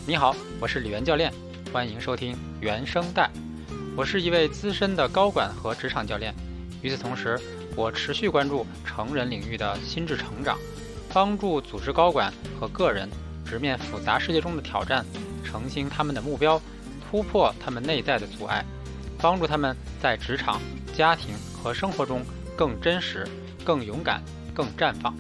你好，我是李源教练，欢迎收听原声带。我是一位资深的高管和职场教练，与此同时，我持续关注成人领域的心智成长，帮助组织高管和个人直面复杂世界中的挑战，澄清他们的目标，突破他们内在的阻碍，帮助他们在职场、家庭和生活中更真实、更勇敢、更绽放。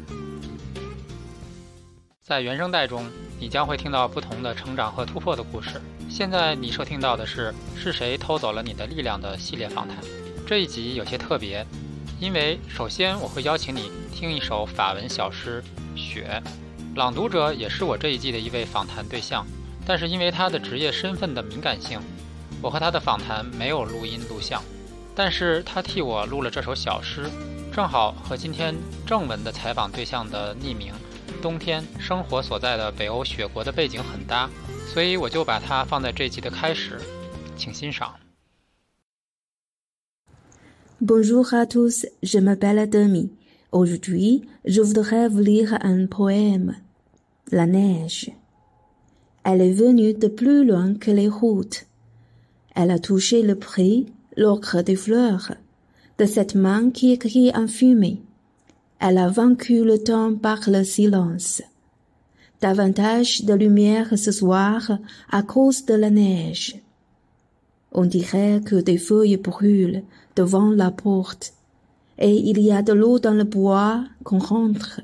在原声带中，你将会听到不同的成长和突破的故事。现在你收听到的是谁偷走了你的力量的系列访谈。这一集有些特别，因为首先我会邀请你听一首法文小诗《雪》，朗读者也是我这一季的一位访谈对象，但是因为他的职业身份的敏感性，我和他的访谈没有录音录像，但是他替我录了这首小诗，正好和今天正文的采访对象的匿名冬天生活所在的北欧雪国的背景很搭，所以我就把它放在这集的开始，请欣赏。 Bonjour à tous, je m'appelle Demi. Aujourd'hui, je voudrais vous lire un poème. La neige. Elle est venue de plus loin que les routes. Elle a touché le pré, l'ocre des fleurs, de cette main qui écrit en fumée.Elle a vaincu le temps par le silence. Davantage de lumière ce soir à cause de la neige. On dirait que des feuilles brûlent devant la porte, et il y a de l'eau dans le bois qu'on rentre.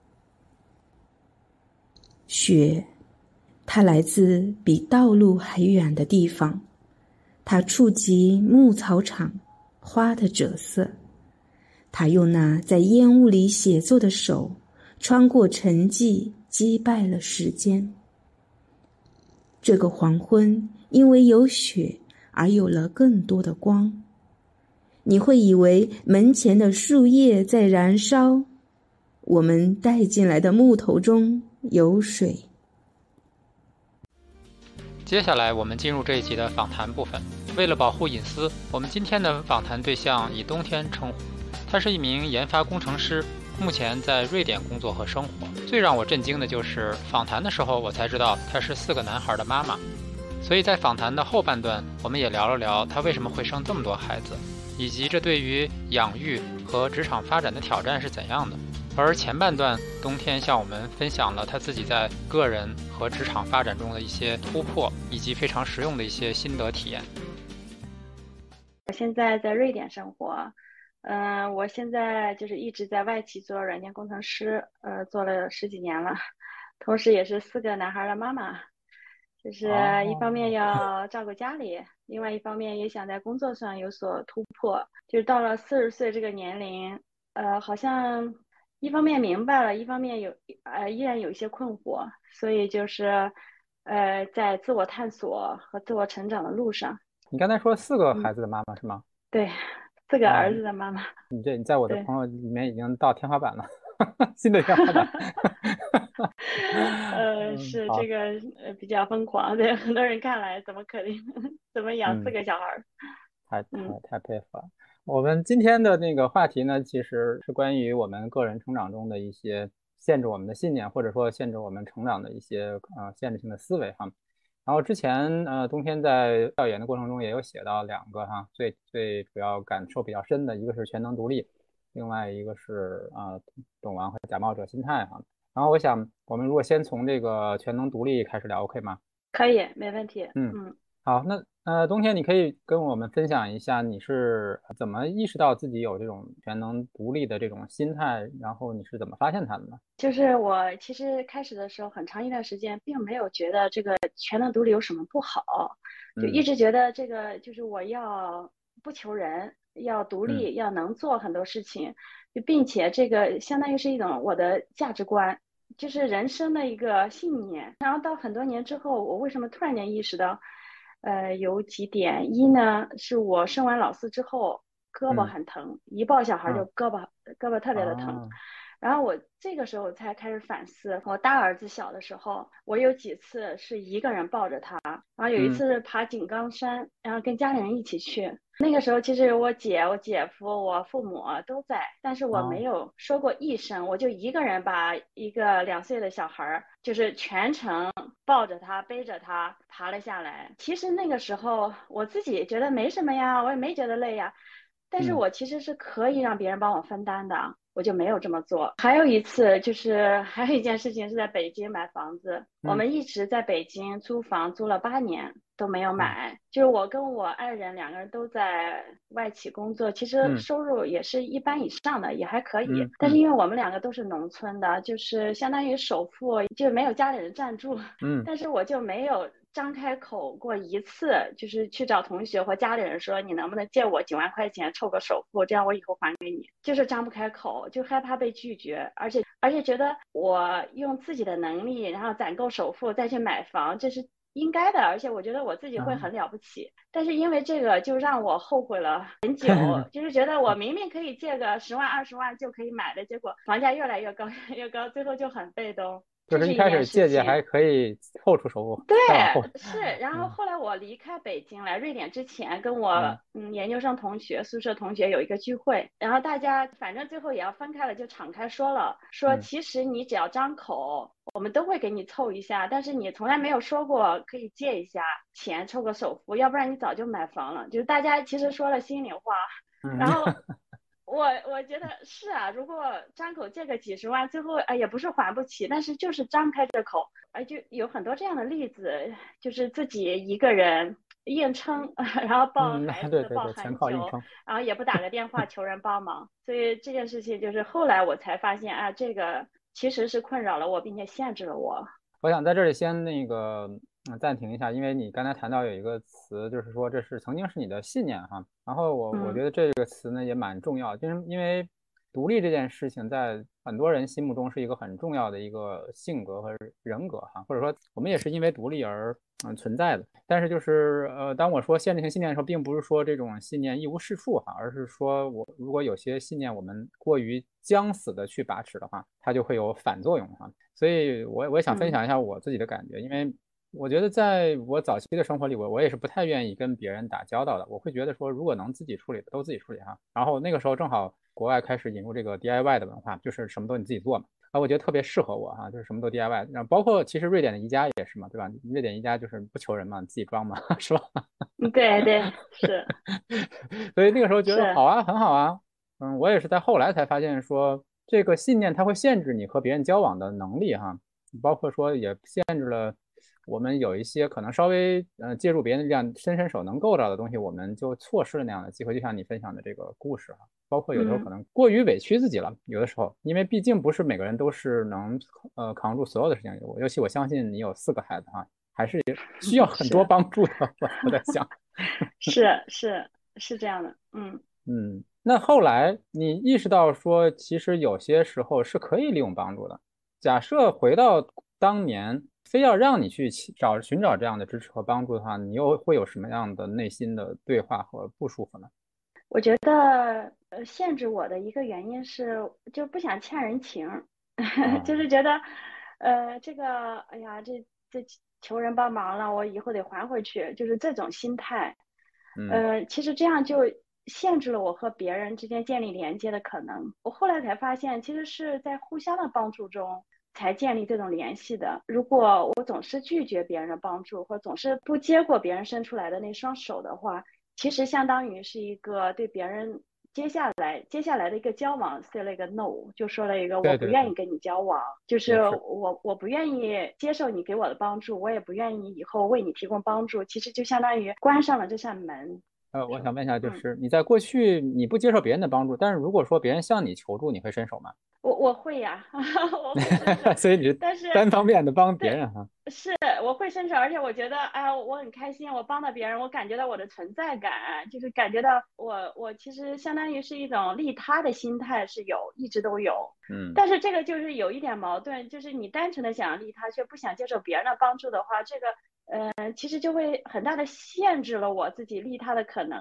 雪，它来自比道路还远的地方，它触及牧草场，花的赭色。他用那在烟雾里写作的手，穿过沉寂，击败了时间。这个黄昏因为有雪而有了更多的光。你会以为门前的树叶在燃烧，我们带进来的木头中有水。 接下来我们进入这一集的访谈部分。为了保护隐私，我们今天的访谈对象以冬天称呼。他是一名研发工程师，目前在瑞典工作和生活。最让我震惊的就是访谈的时候，我才知道她是4个男孩的妈妈。所以在访谈的后半段，我们也聊了聊她为什么会生这么多孩子，以及这对于养育和职场发展的挑战是怎样的。而前半段，冬天向我们分享了她自己在个人和职场发展中的一些突破，以及非常实用的一些心得体验。 我现在在瑞典生活。我现在就是一直在外企做软件工程师，做了10几年了，同时也是4个男孩的妈妈，就是一方面要照顾家里，另外一方面也想在工作上有所突破。就是到了40岁这个年龄，好像一方面明白了，一方面依然有一些困惑，所以就是在自我探索和自我成长的路上。 你刚才说4个孩子的妈妈是吗？ 对，4个儿子的妈妈。 你在我的朋友里面已经到天花板了，新的天花板。 是这个比较疯狂，对很多人看来怎么可能怎么养4个小孩？ 太佩服了。我们今天的那个话题呢，其实是关于我们个人成长中的一些限制我们的信念，或者说限制我们成长的一些限制性的思维哈。然后之前冬天在调研的过程中也有写到2个哈，最主要感受比较深的，一个是全能独立，另外一个是懂王和假冒者心态哈。然后我想我们如果先从这个全能独立开始聊 OK 吗？ 可以，没问题。 好，那冬天你可以跟我们分享一下你是怎么意识到自己有这种全能独立的这种心态，然后你是怎么发现它的呢？ 就是我其实开始的时候很长一段时间并没有觉得这个全能独立有什么不好，就一直觉得这个就是我要不求人，要独立，要能做很多事情，并且这个相当于是一种我的价值观，就是人生的一个信念。然后到很多年之后，我为什么突然间意识到有几点。一呢，是我生完老4之后胳膊很疼，一抱小孩就胳膊特别的疼。 然后我这个时候才开始反思，我大儿子小的时候，我有几次是一个人抱着他，然后有一次是爬井冈山，然后跟家里人一起去。那个时候其实我姐、我姐夫、我父母都在，但是我没有说过一声，我就一个人把一个2岁的小孩，就是全程抱着他、背着他爬了下来。其实那个时候我自己觉得没什么呀，我也没觉得累呀，但是我其实是可以让别人帮我分担的。我就没有这么做。还有一次，就是还有一件事情是在北京买房子，我们一直在北京租房租了8年都没有买。就是我跟我爱人2个人都在外企工作，其实收入也是一般以上的，也还可以。但是因为我们2个都是农村的，就是相当于首付就没有家里人赞助，但是我就没有张开口过一次，就是去找同学或家里人说你能不能借我几万块钱凑个首付，这样我以后还给你，就是张不开口，就害怕被拒绝，而且觉得我用自己的能力然后攒够首付再去买房，这是应该的，而且我觉得我自己会很了不起。但是因为这个就让我后悔了很久，就是觉得我明明可以借个10万20万就可以买的，结果房价越来越高越高，最后就很被动。 就是一开始借还可以凑出首付， 对， 再往后是。然后后来我离开北京来瑞典之前，跟我研究生同学、宿舍同学有一个聚会，然后大家反正最后也要分开了，就敞开说了，说其实你只要张口，我们都会给你凑一下，但是你从来没有说过可以借一下钱凑个首付，要不然你早就买房了。就是大家其实说了心里话，然后。我觉得是啊，如果张口借个几十万，最后也不是还不起，但是就是张开这口，就有很多这样的例子，就是自己一个人硬撑，然后抱孩子抱全很久， 靠硬撑。 然后也不打个电话求人帮忙，所以这件事情就是后来我才发现啊，这个其实是困扰了我，并且限制了我。 我想在这里先暂停一下，因为你刚才谈到有一个词，就是说这是曾经是你的信念哈。然后我觉得这个词呢也蛮重要，就是因为独立这件事情在很多人心目中是一个很重要的一个性格和人格哈，或者说我们也是因为独立而存在的。但是就是当我说限制性信念的时候，并不是说这种信念一无是处哈，而是说我如果有些信念我们过于僵死的去把持的话，它就会有反作用哈。所以我也想分享一下我自己的感觉，因为我觉得在我早期的生活里，我也是不太愿意跟别人打交道的。我会觉得说，如果能自己处理的都自己处理哈。然后那个时候正好国外开始引入这个 DIY 的文化，就是什么都你自己做嘛。我觉得特别适合我哈，就是什么都 DIY。然后包括其实瑞典的宜家也是嘛，对吧？瑞典宜家就是不求人嘛，你自己装嘛，是吧？ 对对是。 所以那个时候觉得是。 好啊，很好啊。我也是在后来才发现说，这个信念它会限制你和别人交往的能力哈，包括说也限制了我们有一些可能稍微借助别人的力量伸手能够到的东西，我们就错失了那样的机会。就像你分享的这个故事哈，包括有的时候可能过于委屈自己了，有的时候因为毕竟不是每个人都是能扛住所有的事情。尤其我相信你有4个孩子哈，还是需要很多帮助的。我在想， 是这样的。 那后来你意识到说，其实有些时候是可以利用帮助的。假设回到当年，非要让你去寻找这样的支持和帮助的话，你又会有什么样的内心的对话和不舒服呢？ 我觉得限制我的一个原因是，就不想欠人情，就是觉得这个哎呀，这求人帮忙了，我以后得还回去，就是这种心态。其实这样就限制了我和别人之间建立连接的可能。我后来才发现，其实是在互相的帮助中才建立这种联系的。如果我总是拒绝别人的帮助，或总是不接过别人伸出来的那双手的话，其实相当于是一个对别人接下来的一个交往 say 了一个 no， 就说了一个我不愿意跟你交往，就是我不愿意接受你给我的帮助，我也不愿意以后为你提供帮助，其实就相当于关上了这扇门。 我想问一下，就是你在过去你不接受别人的帮助，但是如果说别人向你求助，你会伸手吗？ 我会呀，我会伸手， 所以你是但是单方面的帮别对， 人哈。 是我会伸手，而且我觉得，哎，我很开心，我帮到别人，我感觉到我的存在感，就是感觉到我其实相当于是一种利他的心态是有，一直都有。但是这个就是有一点矛盾，就是你单纯的想利他，却不想接受别人的帮助的话，这个其实就会很大的限制了我自己利他的可能。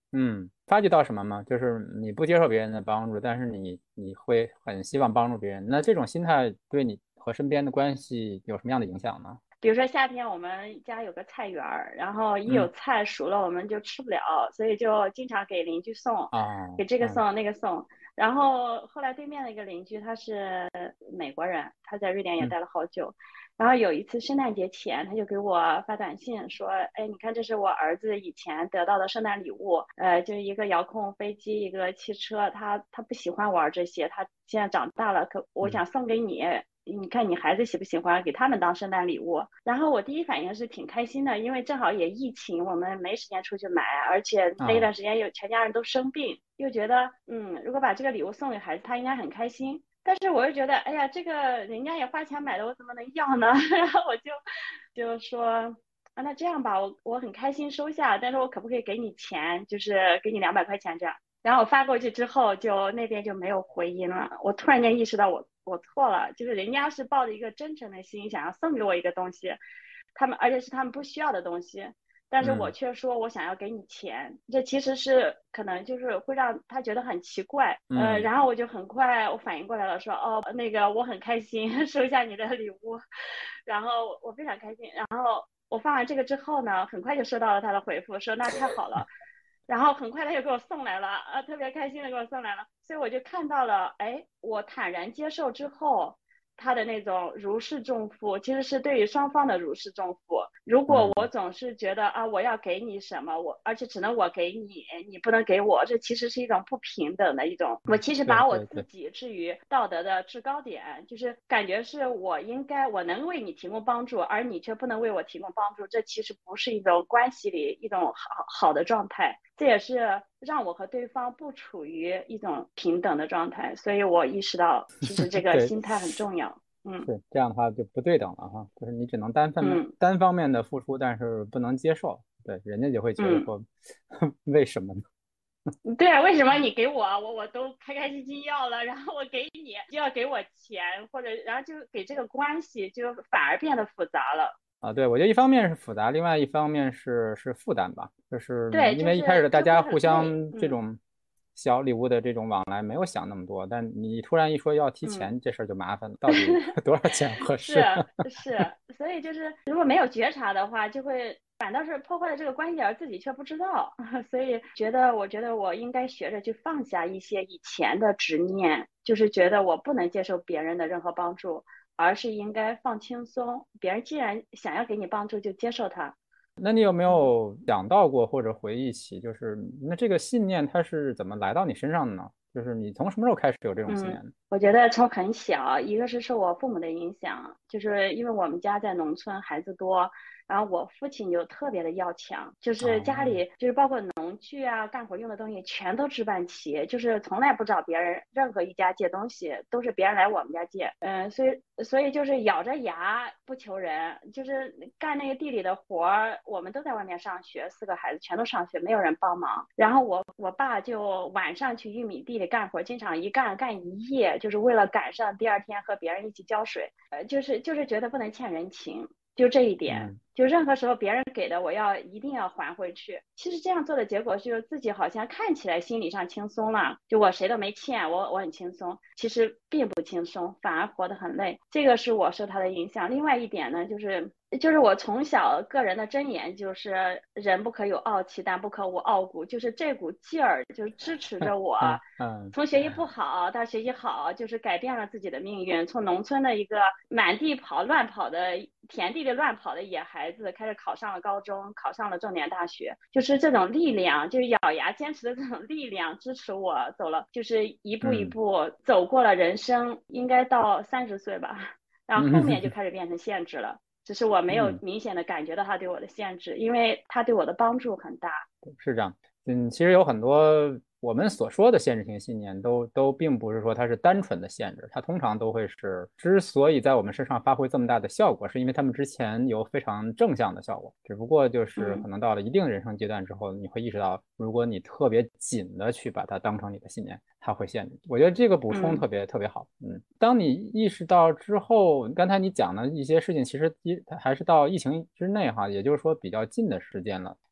发觉到什么吗？就是你不接受别人的帮助，但是你会很希望帮助别人，那这种心态对你和身边的关系有什么样的影响呢？ 比如说夏天我们家有个菜园儿，然后一有嗯菜熟了我们就吃不了，所以就经常给邻居送， 啊给这个嗯送那个送。然后后来对面的一个邻居他是美国人，他在瑞典也嗯待了好久。然后有一次圣诞节前，他就给我发短信说：“哎，你看这是我儿子以前得到的圣诞礼物，就是一个遥控飞机，一个汽车。他不喜欢玩这些，他现在长大了，我嗯想送给你。”你看你孩子喜不喜欢给他们当圣诞礼物？然后我第一反应是挺开心的，因为正好也疫情，我们没时间出去买，而且那啊段时间有全家人都生病，又觉得如果把这个礼物送给孩子，他应该很开心。但是我又觉得，哎呀，这个人家也花钱买的，我怎么能要呢？然后我就说，啊，那这样吧，我很开心收下，但是我可不可以给你钱，就是给你200块钱这样？然后我发过去之后，就那边就没有回音了。我突然间意识到我错了，就是人家是抱着一个真诚的心，想要送给我一个东西，而且是他们不需要的东西，但是我嗯却说我想要给你钱，这其实是可能就是会让他觉得很奇怪。 嗯然后我就很快我反应过来了，说哦，那个我很开心收下你的礼物，然后我非常开心。然后我发完这个之后呢，很快就收到了他的回复，说那太好了。然后很快他就给我送来了，特别开心的给我送来了，所以我就看到了，哎，我坦然接受之后，他的那种如释重负，其实是对于双方的如释重负。如果我嗯， 总是觉得啊，我要给你什么，而且只能我给你，你不能给我，这其实是一种不平等的一种。我其实把我对对对。 自己置于道德的制高点，就是感觉是我能为你提供帮助，而你却不能为我提供帮助，这其实不是一种关系里一种好的状态。这也是让我和对方不处于一种平等的状态，所以我意识到其实这个对， 心态很重要。 是这样的话就不对等了哈，就是你只能嗯单方面的付出，但是不能接受，对，人家就会觉得嗯， 说，为什么呢？ 对啊，为什么你给我都开开心心要了，然后我给你就要给我钱，或者然后就给这个关系就反而变得复杂了。 啊，对，我觉得一方面是复杂，另外一方面是负担吧，就是对， 因为一开始大就会家互很累。 相这种小礼物的这种往来没有想那么多，但你突然一说要提嗯。 钱，这事儿就麻烦了，到底多少钱合是适？ 是，所以就是如果没有觉察的话，就会反倒是破坏了这个关系，而自己却不知道。所以我觉得我应该学着去放下一些以前的执念，就是觉得我不能接受别人的任何帮助，而是应该放轻松。别人既然想要给你帮助，就接受他。 那你有没嗯。 有想到过或者回忆起，就是那这个信念它是怎么来到你身上的呢？就是你从什么时候开始有这种信念的？ 我觉得从很小，一个是受我父母的影响，就是因为我们家在农村，孩子多，然后我父亲就特别的要强，就是家哦， 里就是包括农具啊、干活用的东西全都置办齐，就是从来不找别人任何一家借东西，都是别人来我们家借。所以就是咬着牙不求人，就是干那个地里的活儿，我们都在外面上学，四个孩子全都上学，没有人帮忙。然后我爸就晚上去玉米地里干活，经常一干一夜，就是为了赶上第二天和别人一起浇水。就是觉得不能欠人情，就这一点。 嗯就任何时候别人给的，一定要还回去。其实这样做的结果是自己好像看起来心理上轻松了，就我谁都没欠，我很轻松，其实并不轻松，反而活得很累。这个是我受他的影响。另外一点呢，就是我从小个人的箴言就是人不可有傲气，但不可无傲骨，就是这股劲儿就是支持着我。 嗯嗯从学习不好到学习好，就是改变了自己的命运。从农村的一个满地乱跑的田地里乱跑的野孩子，开始考上了高中，考上了重点大学。就是这种力量，就是咬牙坚持的这种力量，支持我走了，就是一步一嗯步走过了人生，应该到30岁吧，然后后面就嗯开始变成限制了。只是我没有嗯， 明显的感觉到他对我的限制，因为他对我的帮助很大。 是这样。其实有很多我们所说的限制性信念都并不是说它是单纯的限制，它通常都会是之所以在我们身上发挥这么大的效果，是因为他们之前有非常正向的效果，只不过就是可嗯能到了一定人生阶段之后，你会意识到，如果你特别紧的去把它当成你的信念，它会限制。我觉得这个补充嗯特别好。当你意识到之后，刚才你讲的一些事情，其实还是到疫情之内哈，也就是说比较近的时间了。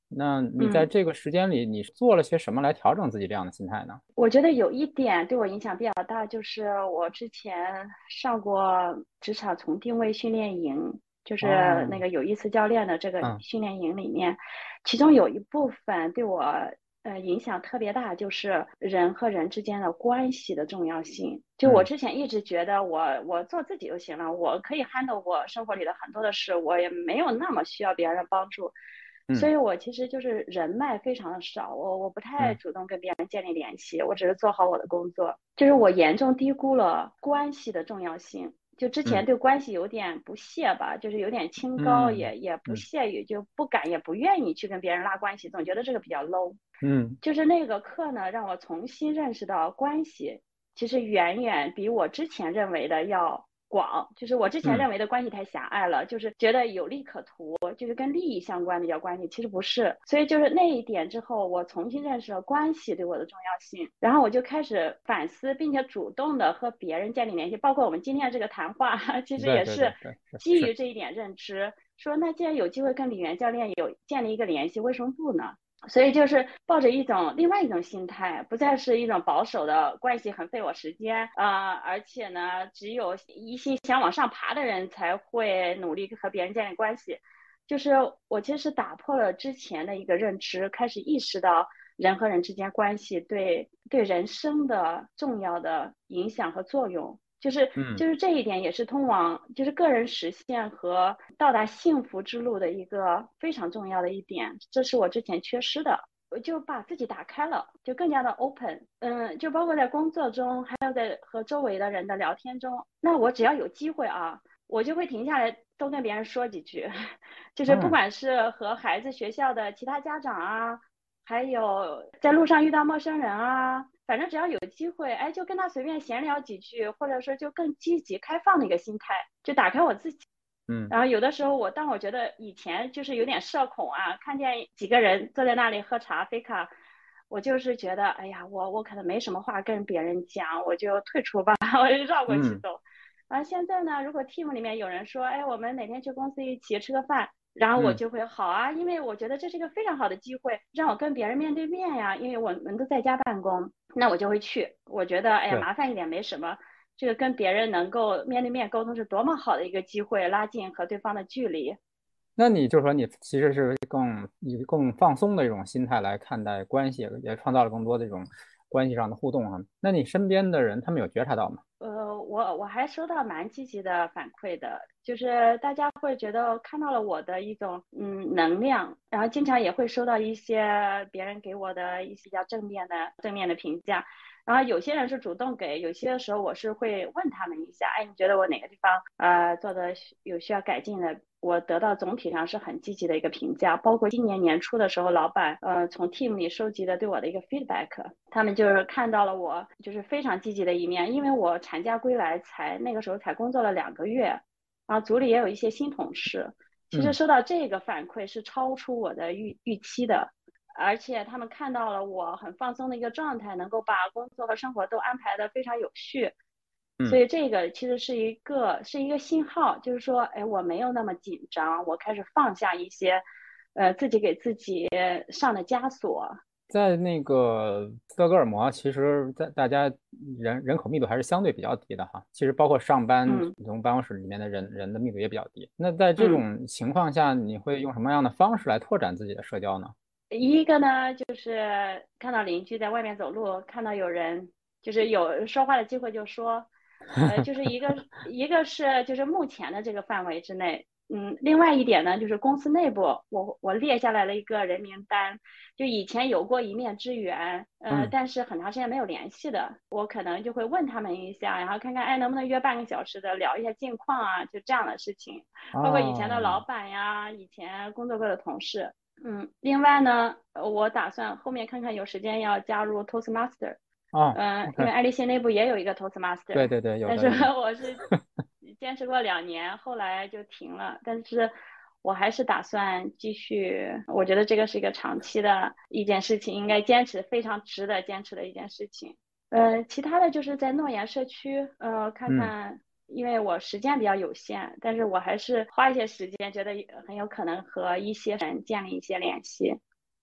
那你在嗯。 这个时间里，你做了些什么来调整自己这样的心态呢？ 我觉得有一点对我影响比较大，就是我之前上过职场从定位训练营，就是那哦， 个有意思教练的这个嗯训练营里面，其中有一部分对我影响特别大，就是人和人之间的关系的重要性。就我嗯之前一直觉得我做自己就行了，我可以 handle 我生活里的很多的事，我也没有那么需要别人的帮助。所嗯以我其实就是人脉非常的少，我不太嗯主动跟别人建立联系，我只是做好我的工作。就是我严重低估了关系的重要性，就之前嗯对关系有点不屑吧，就是有点清高， 嗯也不嗯屑于，就不敢也不愿意去跟别人拉关系，总觉得这个比较 low。 嗯就是那个课呢，让我重新认识到关系其实远远比我之前认为的要广。就是我之前嗯认为的关系太狭隘了，就是觉得有利可图，就是跟利益相关的叫关系，其实不是。所以就是那一点之后，我重新认识了关系对我的重要性，然后我就开始反思，并且主动的和别人建立联系，包括我们今天这个谈话，其实对也是对对对， 基于是， 这一点认知，说那既然有机会跟李源教练有建立一个联系，为什么不呢？所以就是抱着另外一种心态，不再是一种保守的关系很费我时间而且呢，只有一心想往上爬的人才会努力和别人建立关系。就是我其实是打破了之前的一个认知，开始意识到人和人之间关系对人生的重要的影响和作用。就是嗯就是这一点也是通往就是个人实现和到达幸福之路的一个非常重要的一点，这是我之前缺失的。我就把自己打开了，就更加的 open。就包括在工作中，还有在和周围的人的聊天中，那我只要有机会啊，我就会停下来多跟别人说几句。就是不嗯管是和孩子学校的其他家长啊，还有在路上遇到陌生人啊，反正只要有机会，哎，就跟他随便闲聊几句，或者说就更积极开放的一个心态，就打开我自己。 嗯然后有的时候当我觉得以前就是有点社恐啊，看见几个人坐在那里喝茶飞卡，我就是觉得，哎呀，我可能没什么话跟别人讲，我就退出吧，我就绕过去嗯走。然后现在呢，如果 team 里面有人说，哎，我们哪天去公司一起吃个饭，然后我嗯就会好啊，因为我觉得这是一个非常好的机会，让我跟别人面对面呀，因为我们都在家办公，那我就会去。我觉得，哎呀， 对。 麻烦一点没什么，这个跟别人能够面对面沟通是多么好的一个机会，拉近和对方的距离。 那你就说你其实是以更放松的一种心态来看待关系，也创造了更多的这种关系上的互动哈。那你身边的人他们有觉察到吗？ 我还收到蛮积极的反馈的，就是大家会觉得看到了我的一种能量，然后经常也会收到一些别人给我的一些比较正面的评价，然后有些人是主动给，有些时候我是会问他们一下，哎，你觉得我哪个地方做的有需要改进的？我得到总体上是很积极的一个评价，包括今年年初的时候，老板从 team 里收集的对我的一个 feedback，他们就是看到了我就是非常积极的一面，因为我产假归来那个时候才工作了2个月，然后组里也有一些新同事，其实嗯收到这个反馈是超出我的预期的，而且他们看到了我很放松的一个状态，能够把工作和生活都安排的非常有序。所嗯。 以这个其实是一个信号，就是说，哎，我没有那么紧张，我开始放下一些，自己给自己上的枷锁。 在那个斯德哥尔摩，其实在大家人口密度还是相对比较低的哈。其实包括上班嗯从办公室里面的人的密度也比较低。那在这嗯。 种情况下，你会用什么样的方式来拓展自己的社交呢？ 一个呢，就是看到邻居在外面走路，看到有人就是有说话的机会就说，就是一个是就是目前的这个范围之内，另外一点呢，就是公司内部，我列下来了一个人名单，就以前有过一面之缘， 嗯， 但是很长时间没有联系的，我可能就会问他们一下，然后看看哎能不能约半个小时的聊一下近况啊，就这样的事情，包括以前的老哦板呀，以前工作过的同事。另外呢，我打算后面看看有时间要加入 Toastmaster， 哦因为 ，OK， 爱立信内部也有一个对 Toastmaster， 对对，有但是的有的。 我是坚持过2年，后来就停了。但是我还是打算继续，我觉得这个是一个长期的一件事情，应该坚持，非常值得坚持的一件事情。其他的就是在诺言社区，看嗯。 看，因为我时间比较有限，但是我还是花一些时间，觉得很有可能和一些人建立一些联系。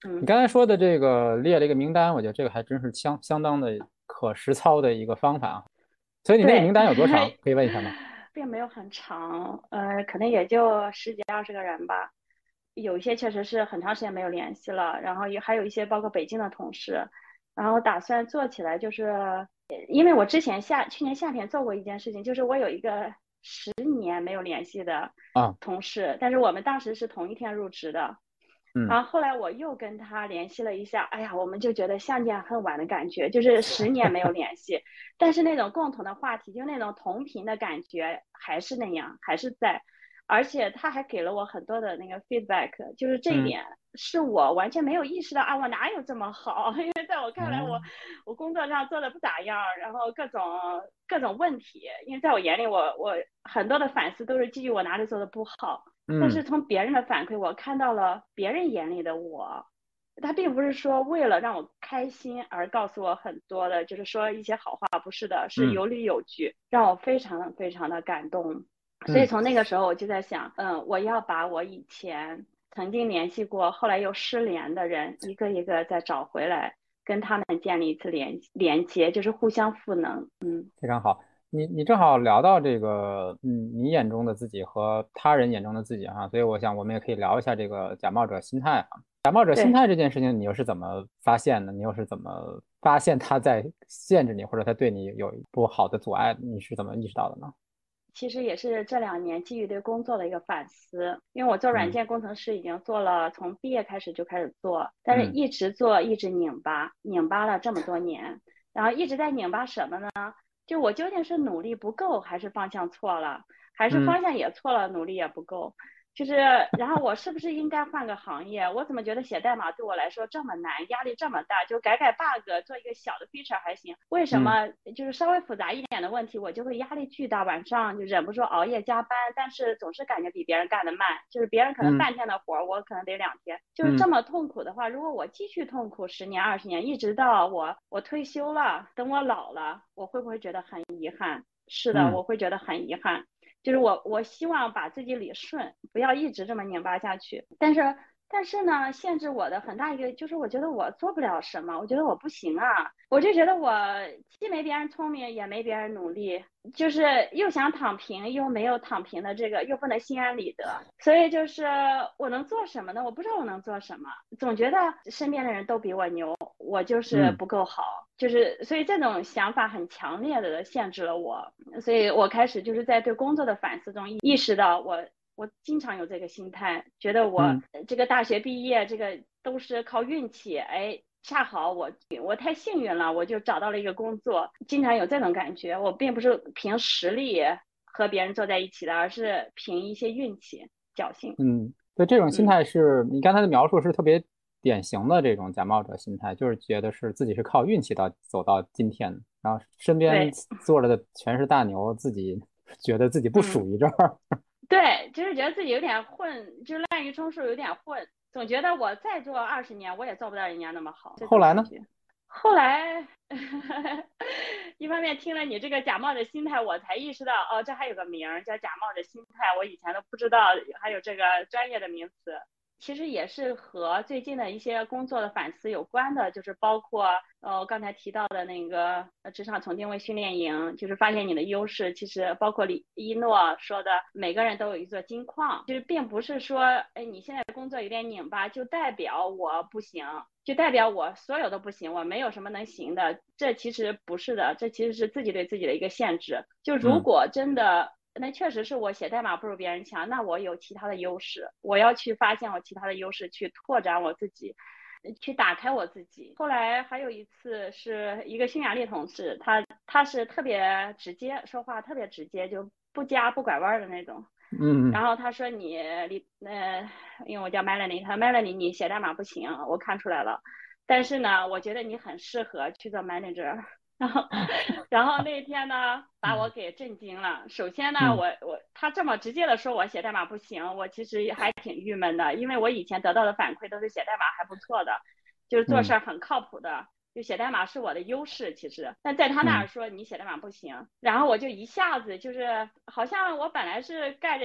你刚才说的这个列了一个名单，我觉得这个还真是相当的可实操的一个方法啊。所以你那个名单有多长？可以问一下吗？ 并没有很长，可能也就十几20个人吧。有一些确实是很长时间没有联系了，然后还有一些包括北京的同事，然后打算做起来，就是因为我之前去年夏天做过一件事情，就是我有一个10年没有联系的同事，但是我们当时是同一天入职的。然后后来我又跟他联系了一下，哎呀，我们就觉得相见恨晚的感觉，就是10年没有联系，但是那种共同的话题，就那种同频的感觉还是那样，还是在，而且他还给了我很多的那个 feedback，就是这一点是我完全没有意识到啊，我哪有这么好？因为在我看来我工作上做的不咋样，然后各种问题，因为在我眼里我很多的反思都是基于我哪里做的不好。但是从别人的反馈，我看到了别人眼里的我，他并不是说为了让我开心而告诉我很多的，就是说一些好话，不是的，是有理有据，让我非常非常的感动。所以从那个时候我就在想，我要把我以前曾经联系过，后来又失联的人，一个一个再找回来，跟他们建立一次连接，就是互相赋能。 非常好。你正好聊到这个，你眼中的自己和他人眼中的自己哈，所以我想我们也可以聊一下这个假冒者心态啊。假冒者心态这件事情，你又是怎么发现的？你又是怎么发现他在限制你，或者他对你有不好的阻碍？你是怎么意识到的呢？ 其实也是这2年基于对工作的一个反思，因为我做软件工程师已经做了，从毕业开始就开始做，但是一直做一直拧巴了这么多年，然后一直在拧巴什么呢？就我究竟是努力不够，还是方向错了，还是方向也错了，努力也不够？就是，然后我是不是应该换个行业？我怎么觉得写代码对我来说这么难，压力这么大？就改 bug，做一个小的 feature 还行，为什么就是稍微复杂一点的问题，我就会压力巨大，晚上就忍不住熬夜加班，但是总是感觉比别人干得慢，就是别人可能半天的活，我可能得2天，就是这么痛苦的话，如果我继续痛苦10年20年，一直到我退休了，等我老了，我会不会觉得很遗憾？是的，我会觉得很遗憾。就是我希望把自己理顺，不要一直这么拧巴下去。但是呢，限制我的很大一个就是我觉得我做不了什么，我觉得我不行啊，我就觉得我既没别人聪明，也没别人努力，就是又想躺平，又没有躺平的这个，又不能心安理得，所以就是我能做什么呢？我不知道我能做什么，总觉得身边的人都比我牛，我就是不够好。就是所以这种想法很强烈的限制了我，所以我开始就是在对工作的反思中意识到我经常有这个心态，觉得我这个大学毕业这个都是靠运气，哎，恰好我太幸运了，我就找到了一个工作，经常有这种感觉。我并不是凭实力和别人坐在一起的，而是凭一些运气侥幸。 对，这种心态是你刚才的描述是特别典型的这种假冒者心态，就是觉得是自己是靠运气走到今天的，然后身边坐着的全是大牛，自己觉得自己不属于这儿。 对，就是觉得自己有点混，就是滥竽充数，有点混，总觉得我再做20年，我也做不到人家那么好。 后来呢？ 后来，一方面听了你这个假冒的心态，我才意识到，哦，这还有个名儿叫假冒的心态，我以前都不知道还有这个专业的名词。其实也是和最近的一些工作的反思有关的，就是包括刚才提到的那个职场重定位训练营，就是发现你的优势，其实包括一诺说的，每个人都有一座金矿，就是并不是说，哎，你现在工作有点拧巴，就代表我不行，就代表我所有都不行，我没有什么能行的，这其实不是的，这其实是自己对自己的一个限制。就如果真的那确实是我写代码不如别人强，那我有其他的优势，我要去发现我其他的优势，去拓展我自己，去打开我自己。后来还有一次是一个匈牙利同事，他是特别直接，说话特别直接，就不夹不拐弯的那种。然后他说因为我叫 Melanie， 他说 Melanie 你写代码不行，我看出来了，但是呢，我觉得你很适合去做 manager。然后那天呢，把我给震惊了。首先呢，他这么直接的说我写代码不行，我其实还挺郁闷的，因为我以前得到的反馈都是写代码还不错的，就是做事很靠谱的，就写代码是我的优势。其实，但在他那儿说你写代码不行，然后我就一下子就是好像我本来是盖着一块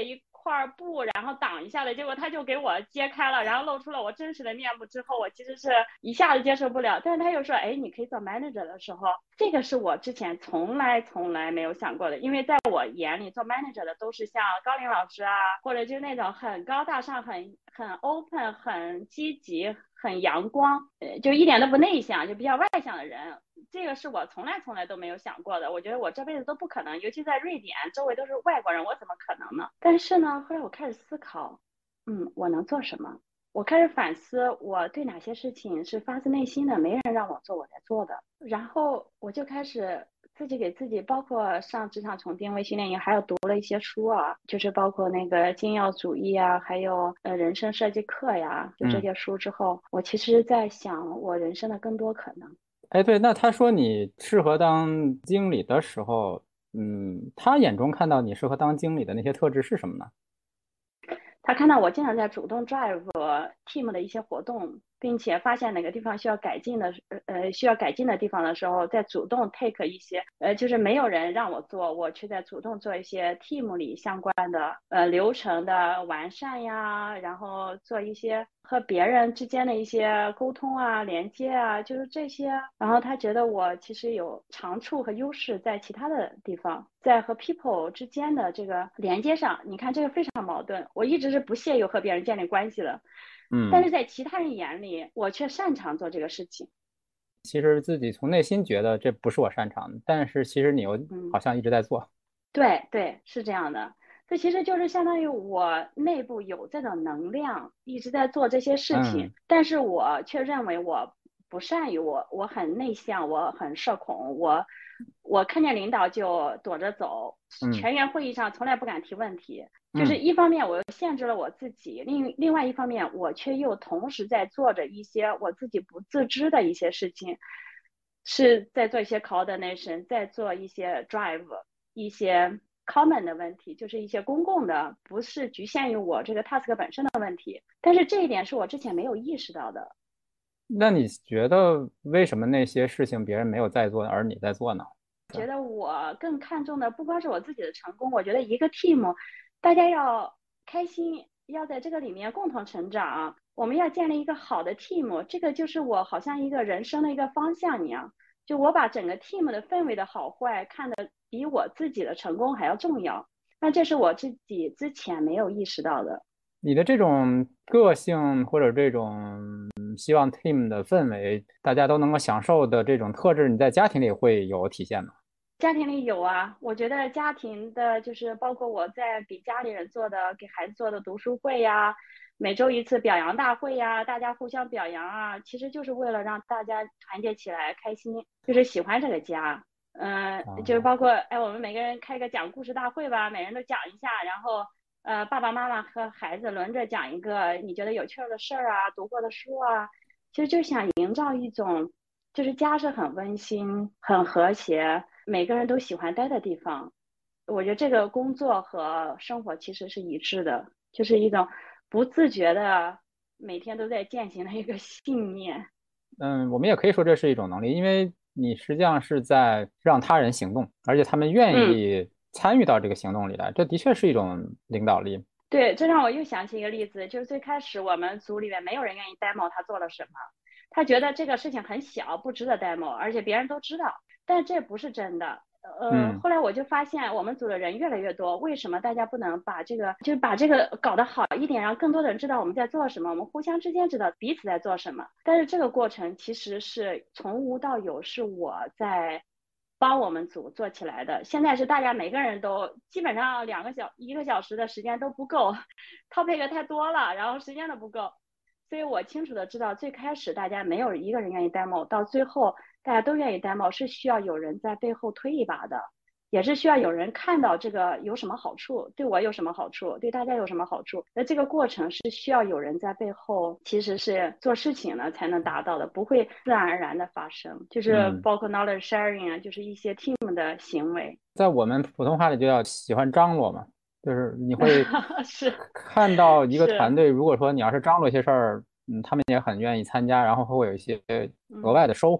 块布然后挡一下的，结果他就给我揭开了，然后露出了我真实的面目之后，我其实是一下子接受不了。但是他又说，哎，你可以做 manager 的时候，这个是我之前从来没有想过的，因为在我眼里做 manager 的都是像高林老师啊，或者就是那种很高大上、很 open、很积极、很阳光，就一点都不内向，就比较外向的人。这个是我从来都没有想过的，我觉得我这辈子都不可能，尤其在瑞典周围都是外国人，我怎么可能呢？但是呢，后来我开始思考，我能做什么？我开始反思我对哪些事情是发自内心的，没人让我做我在做的。然后我就开始自己给自己，包括上职场重定位训练营，还有读了一些书啊，就是包括那个精要主义啊，还有人生设计课呀，就这些书之后，我其实在想我人生的更多可能。 哎，对，那他说你适合当经理的时候，他眼中看到你适合当经理的那些特质是什么呢？ 他看到我经常在主动 drive team 的一些活动，并且发现哪个地方需要改进的地方的时候，在主动 take 一些就是没有人让我做，我却在主动做一些 team 里相关的流程的完善呀，然后做一些和别人之间的一些沟通啊、连接啊，就是这些。然后他觉得我其实有长处和优势在其他的地方，在和 people 之间的这个连接上，你看这个非常矛盾。我一直是不屑于和别人建立关系的，但是在其他人眼里，我却擅长做这个事情。 其实自己从内心觉得这不是我擅长的，但是其实你又好像一直在做。 对，是这样的。这其实就是相当于我内部有这种能量，一直在做这些事情，但是我却认为我不善于，我很内向，我很社恐，我看见领导就躲着走，全员会议上从来不敢提问题。就是一方面我又限制了我自己，另外一方面我却又同时在做着一些我自己不自知的一些事情，是在做一些 coordination， 在做一些 drive， 一些 common 的问题，就是一些公共的，不是局限于我这个 task 本身的问题。但是这一点是我之前没有意识到的。 那你觉得为什么那些事情别人没有在做，而你在做呢？ 觉得我更看重的不光是我自己的成功，我觉得一个 team 大家要开心，要在这个里面共同成长，我们要建立一个好的 team， 这个就是我好像一个人生的一个方向一样，就我把整个 team 的氛围的好坏看得比我自己的成功还要重要，那这是我自己之前没有意识到的。 你的这种个性或者这种希望 team 的氛围大家都能够享受的这种特质，你在家庭里会有体现吗？ 家庭里有啊，我觉得家庭的就是包括我在给家里人做的、给孩子做的读书会呀，每周一次表扬大会呀，大家互相表扬啊，其实就是为了让大家团结起来、开心，就是喜欢这个家。就是包括我们每个人开个讲故事大会吧，每人都讲一下，然后爸爸妈妈和孩子轮着讲一个你觉得有趣的事儿啊，读过的书啊，其实就想营造一种就是家是很温馨、很和谐，每个人都喜欢待的地方。我觉得这个工作和生活其实是一致的，就是一种不自觉的每天都在践行的一个信念。 我们也可以说这是一种能力，因为你实际上是在让他人行动，而且他们愿意参与到这个行动里来，这的确是一种领导力。 对，这让我又想起一个例子，就是最开始我们组里面没有人愿意 demo 他做了什么，他觉得这个事情很小，不值得 demo，而且别人都知道，但这不是真的。后来我就发现我们组的人越来越多，为什么大家不能把这个搞得好一点，让更多的人知道我们在做什么，我们互相之间知道彼此在做什么。但是这个过程其实是从无到有，是我在帮我们组做起来的。现在是大家每个人都基本上1个小时的时间都不够，topic 太多了，然后时间都不够。所以我清楚的知道，最开始大家没有一个人愿意 demo， 到最后大家都愿意 demo， 是需要有人在背后推一把的，也是需要有人看到这个有什么好处，对我有什么好处，对大家有什么好处。那这个过程是需要有人在背后，其实是做事情呢才能达到的，不会自然而然的发生。就是包括 knowledge sharing 啊，就是一些 team 的行为。 在我们普通话里就叫喜欢张罗嘛。就是你会是看到一个团队，如果说你要是张罗一些事儿，他们也很愿意参加，然后会有一些额外的收获。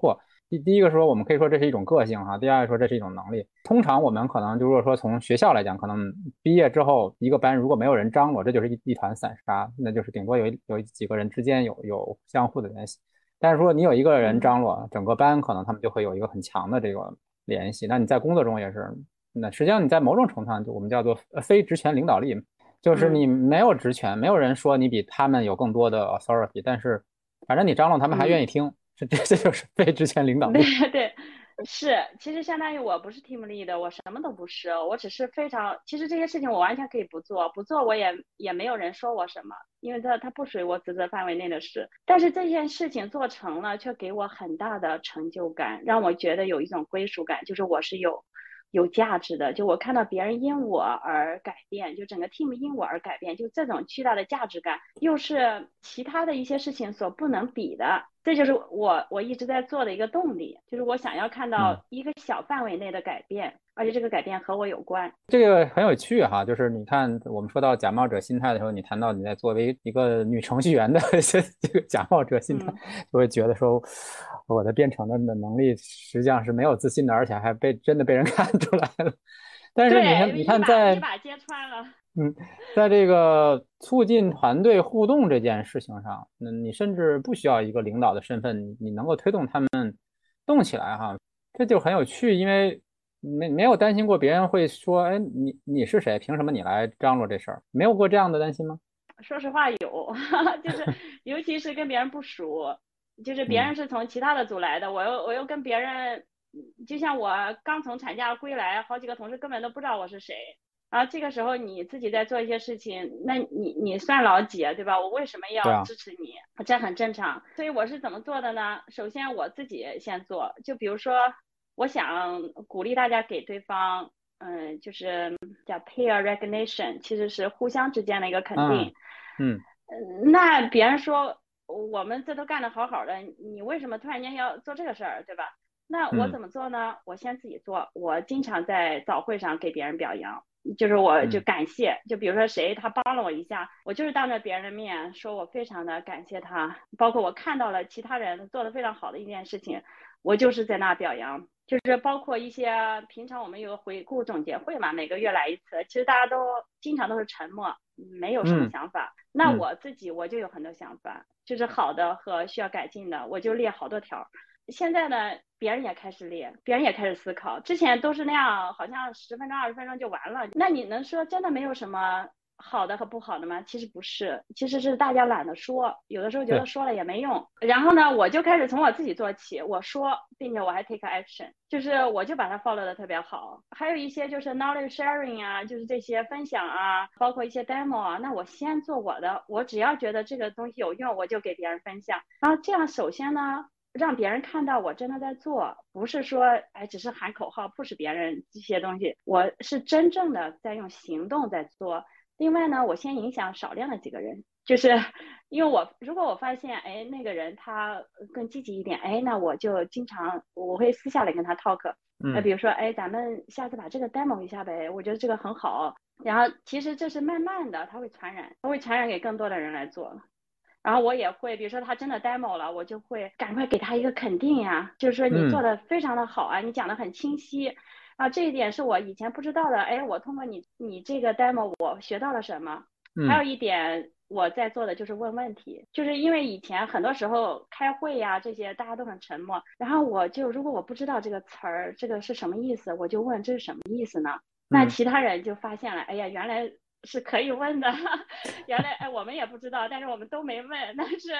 第一个说我们可以说这是一种个性哈，第二个说这是一种能力。通常我们可能就如果说从学校来讲，可能毕业之后一个班如果没有人张罗，这就是一团散沙，那就是顶多有几个人之间有相互的联系。但是说你有一个人张罗，整个班可能他们就会有一个很强的这个联系。那你在工作中也是，那实际上你在某种程度上就我们叫做非职权领导力，就是你没有职权，没有人说你比他们有更多的 authority， 但是反正你张罗他们还愿意听，这就是非职权领导力。 对对，是，其实相当于我不是 team lead，我什么都不是，我只是非常，其实这些事情我完全可以不做，不做我也没有人说我什么，因为它不属于我职责范围内的事。但是这件事情做成了，却给我很大的成就感，让我觉得有一种归属感，就是我是有价值的，就我看到别人因我而改变，就整个 team 因我而改变，就这种巨大的价值感，又是其他的一些事情所不能比的。这就是我一直在做的一个动力，就是我想要看到一个小范围内的改变，而且这个改变和我有关。 这个很有趣哈，就是你看我们说到假冒者心态的时候，你谈到你在作为一个女程序员的这个假冒者心态，就会觉得说我的编程的能力实际上是没有自信的，而且还真的被人看出来了。但是你看一把揭穿了。 在这个促进团队互动这件事情上，你甚至不需要一个领导的身份，你能够推动他们动起来哈，这就很有趣，因为没有担心过别人会说，哎，你是谁？凭什么你来张罗这事儿？没有过这样的担心吗？ 说实话有，就是尤其是跟别人不熟，就是别人是从其他的组来的，我又跟别人，就像我刚从产假归来，好几个同事根本都不知道我是谁。然后这个时候你自己在做一些事情，那你算老几对吧？我为什么要支持你？这很正常。所以我是怎么做的呢？首先我自己先做，就比如说我想鼓励大家给对方，就是叫 peer recognition， 其实是互相之间的一个肯定。那别人说我们这都干得好好的，你为什么突然间要做这个事儿，对吧？那我怎么做呢？我先自己做。我经常在早会上给别人表扬，就是我就感谢，就比如说谁他帮了我一下，我就是当着别人的面说我非常的感谢他，包括我看到了其他人做得非常好的一件事情，我就是在那表扬。就是包括一些平常我们有个回顾总结会嘛，每个月来一次，其实大家都经常都是沉默，没有什么想法。那我自己我就有很多想法，就是好的和需要改进的，我就列好多条。现在呢，别人也开始列，别人也开始思考。之前都是那样，好像10分钟、20分钟就完了。那你能说真的没有什么好的和不好的吗？其实不是，其实是大家懒得说，有的时候觉得说了也没用。然后呢，我就开始从我自己做起，我说，并且我还 take action，就是我就把它 follow 的特别好。还有一些就是 knowledge sharing 啊，就是这些分享啊，包括一些 demo 啊，那我先做我的，我只要觉得这个东西有用，我就给别人分享。然后这样首先呢，让别人看到我真的在做，不是说只是喊口号 push 别人这些东西，我是真正的在用行动在做。另外呢，我先影响少量的几个人，就是因为如果我发现那个人他更积极一点，那我就经常我会私下来跟他 talk，比如说咱们下次把这个 demo 一下呗，我觉得这个很好。然后其实这是慢慢的，它会传染给更多的人来做。然后我也会，比如说他真的 demo 了，我就会赶快给他一个肯定呀，就是说你做的非常的好啊，你讲的很清晰啊，这一点是我以前不知道的，我通过你这个 demo 我学到了什么。还有一点我在做的就是问问题，就是因为以前很多时候开会呀这些大家都很沉默，然后如果我不知道这个词儿这个是什么意思，我就问这是什么意思呢？那其他人就发现了，哎呀，原来是可以问的，原来我们也不知道，但是我们都没问，但是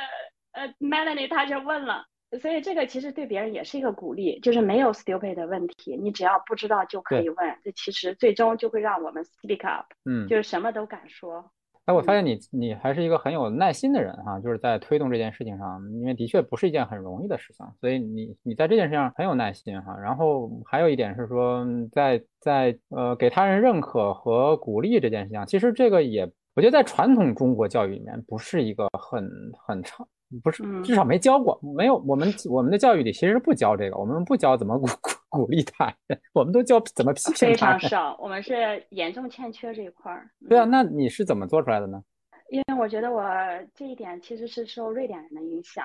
Melanie 她就问了，所以这个其实对别人也是一个鼓励，就是没有 stupid 的问题，你只要不知道就可以问，这其实最终就会让我们 speak up，就是什么都敢说。 我发现你还是一个很有耐心的人哈，就是在推动这件事情上，因为的确不是一件很容易的事情，所以你在这件事上很有耐心哈。然后还有一点是说，在给他人认可和鼓励这件事情上，其实这个我觉得在传统中国教育里面不是一个很长。不是，至少没教过，没有。我们的教育里其实不教这个，我们不教怎么鼓励他人，我们都教怎么批评他人。 非常少，我们是严重欠缺这一块儿。 对啊，那你是怎么做出来的呢？ 因为我觉得我这一点其实是受瑞典人的影响，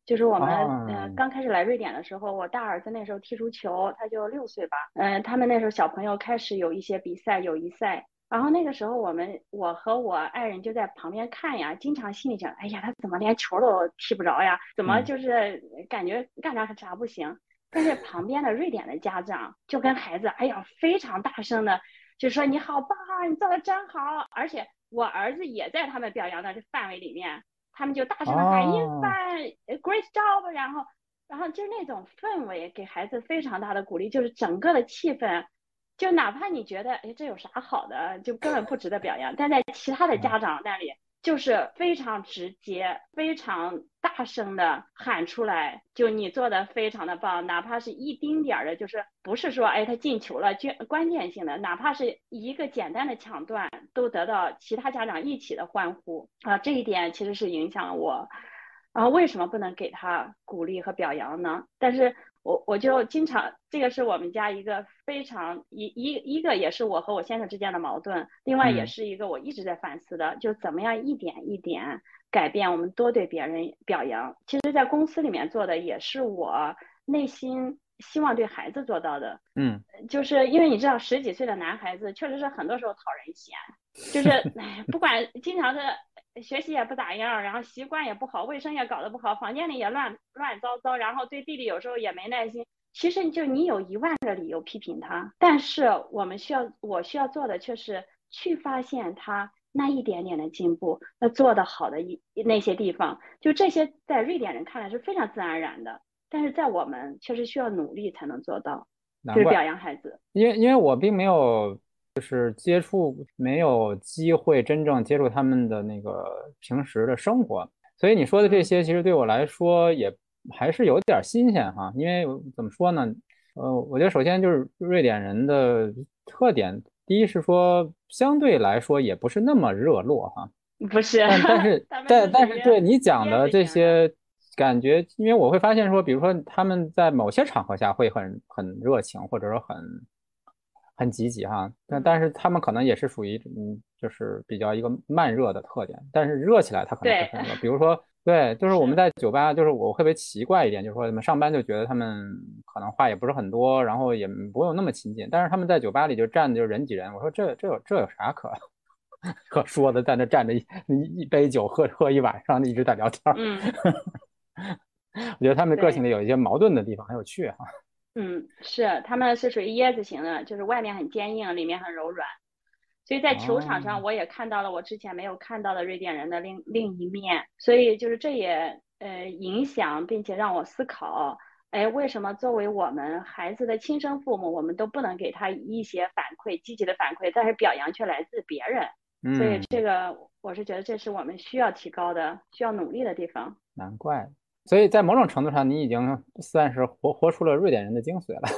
就是我们啊， 刚开始来瑞典的时候，我大儿子那时候踢足球，他就6岁吧，他们那时候小朋友开始有一些比赛，友谊赛。然后那个时候我和我爱人就在旁边看呀，经常心里想，哎呀，他怎么连球都踢不着呀？怎么就是感觉干啥不行？但是旁边的瑞典的家长就跟孩子，哎呀，非常大声的就说你好棒啊，你做的真好，而且我儿子也在他们表扬的这范围里面，他们就大声的喊哦， Infan great job，然后就是那种氛围给孩子非常大的鼓励，就是整个的气氛。就哪怕你觉得，哎，这有啥好的，就根本不值得表扬，但在其他的家长那里，就是非常直接、非常大声的喊出来，就你做的非常的棒，哪怕是一丁点儿的，就是不是说，哎，他进球了，关键性的，哪怕是一个简单的抢断，都得到其他家长一起的欢呼啊，这一点其实是影响了我。然后为什么不能给他鼓励和表扬呢？但是我就经常，这个是我们家一个非常一个也是我和我先生之间的矛盾，另外也是一个我一直在反思的，就怎么样一点一点改变，我们多对别人表扬。其实，在公司里面做的也是我内心希望对孩子做到的。就是因为你知道十几岁的男孩子确实是很多时候讨人嫌，就是哎，不管经常是学习也不咋样，然后习惯也不好，卫生也搞得不好，房间里也乱糟糟，然后对弟弟有时候也没耐心。其实就你有1万个理由批评他，但是我需要做的却是去发现他那一点点的进步，那做得好的那些地方，就这些在瑞典人看来是非常自然而然的，但是在我们确实需要努力才能做到，就难怪， 是表扬孩子。 因为我并没有没有机会真正接触他们的那个平时的生活，所以你说的这些其实对我来说也还是有点新鲜哈。因为怎么说呢，我觉得首先就是瑞典人的特点，第一是说相对来说也不是那么热络哈。 不是， 但是他们是属于但但是对你讲椰的这子型的。 些感觉，因为我会发现说，比如说他们在某些场合下会很热情，或者说很积极哈，但是他们可能也是属于就是比较一个慢热的特点，但是热起来他可能会对， 很热。比如说，对，就是我们是， 在酒吧，就是我特别奇怪一点，就是说他们上班就觉得他们可能话也不是很多，然后也不用那么亲近，但是他们在酒吧里就站着就人挤人，我说这有啥可说的，在那站着一杯酒喝一晚上，一直在聊天。 嗯， 我觉得他们个性对， 里有一些矛盾的地方，很有趣哈。 是，他们是属于椰子型的，就是外面很坚硬，里面很柔软。所以在球场哦， 上，我也看到了我之前没有看到的瑞典人的另一面。所以就是这也影响，并且让我思考，哎，为什么作为我们孩子的亲生父母，我们都不能给他一些反馈，积极的反馈，但是表扬却来自别人。所以嗯， 这个我是觉得这是我们需要提高的、需要努力的地方。 难怪。所以在某种程度上，你已经算是活出了瑞典人的精髓了。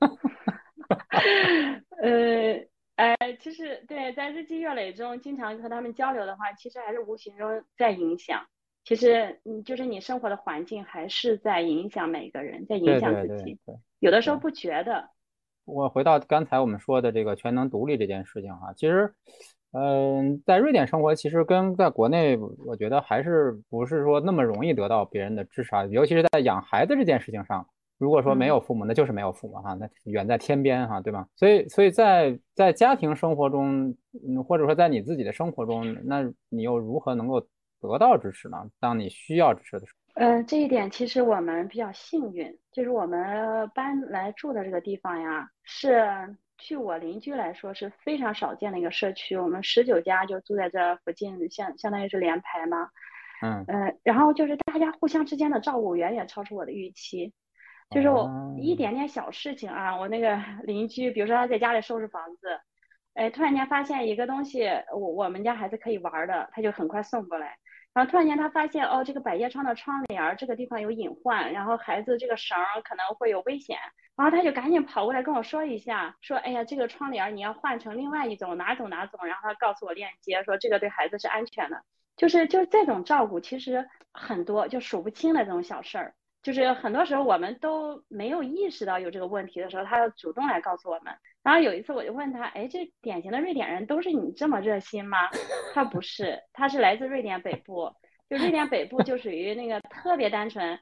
其实对，在日积月累中，经常和他们交流的话，其实还是无形中在影响。其实，就是你生活的环境还是在影响每个人，在影对对对响自己。 对对。 有的时候不觉得。 我回到刚才我们说的这个全能独立这件事情哈，其实，在瑞典生活其实跟在国内，我觉得还是不是说那么容易得到别人的支持啊，尤其是在养孩子这件事情上，如果说没嗯。 有父母，那就是没有父母哈，那远在天边哈，对吧？所以在家庭生活中，或者说在你自己的生活中，那你又如何能够得到支持呢？当你需要支持的时这一点其实我们比较幸运，就是我们搬来住的这个地方呀，是据我邻居来说是非常少见的一个社区。我们19家就住在这附近，相当于是连排嘛。 候，嗯， 然后就是大家互相之间的照顾远远超出我的预期。就是我一哦， 点点小事情啊，我那个邻居，比如说他在家里收拾房子，哎，突然间发现一个东西，我们家孩子可以玩的，他就很快送过来。然后突然间他发现，哦，这个百叶窗的窗帘这个地方有隐患，然后孩子这个绳可能会有危险，然后他就赶紧跑过来跟我说一下，说，哎呀，这个窗帘你要换成另外一种，哪种哪种，然后他告诉我链接，说这个对孩子是安全的。就是这种照顾，其实很多就数不清的这种小事儿。就是很多时候我们都没有意识到有这个问题的时候，他要主动来告诉我们。然后有一次我就问他，哎，这典型的瑞典人都是你这么热心吗？他不是，他是来自瑞典北部，就瑞典北部就属于那个特别单纯，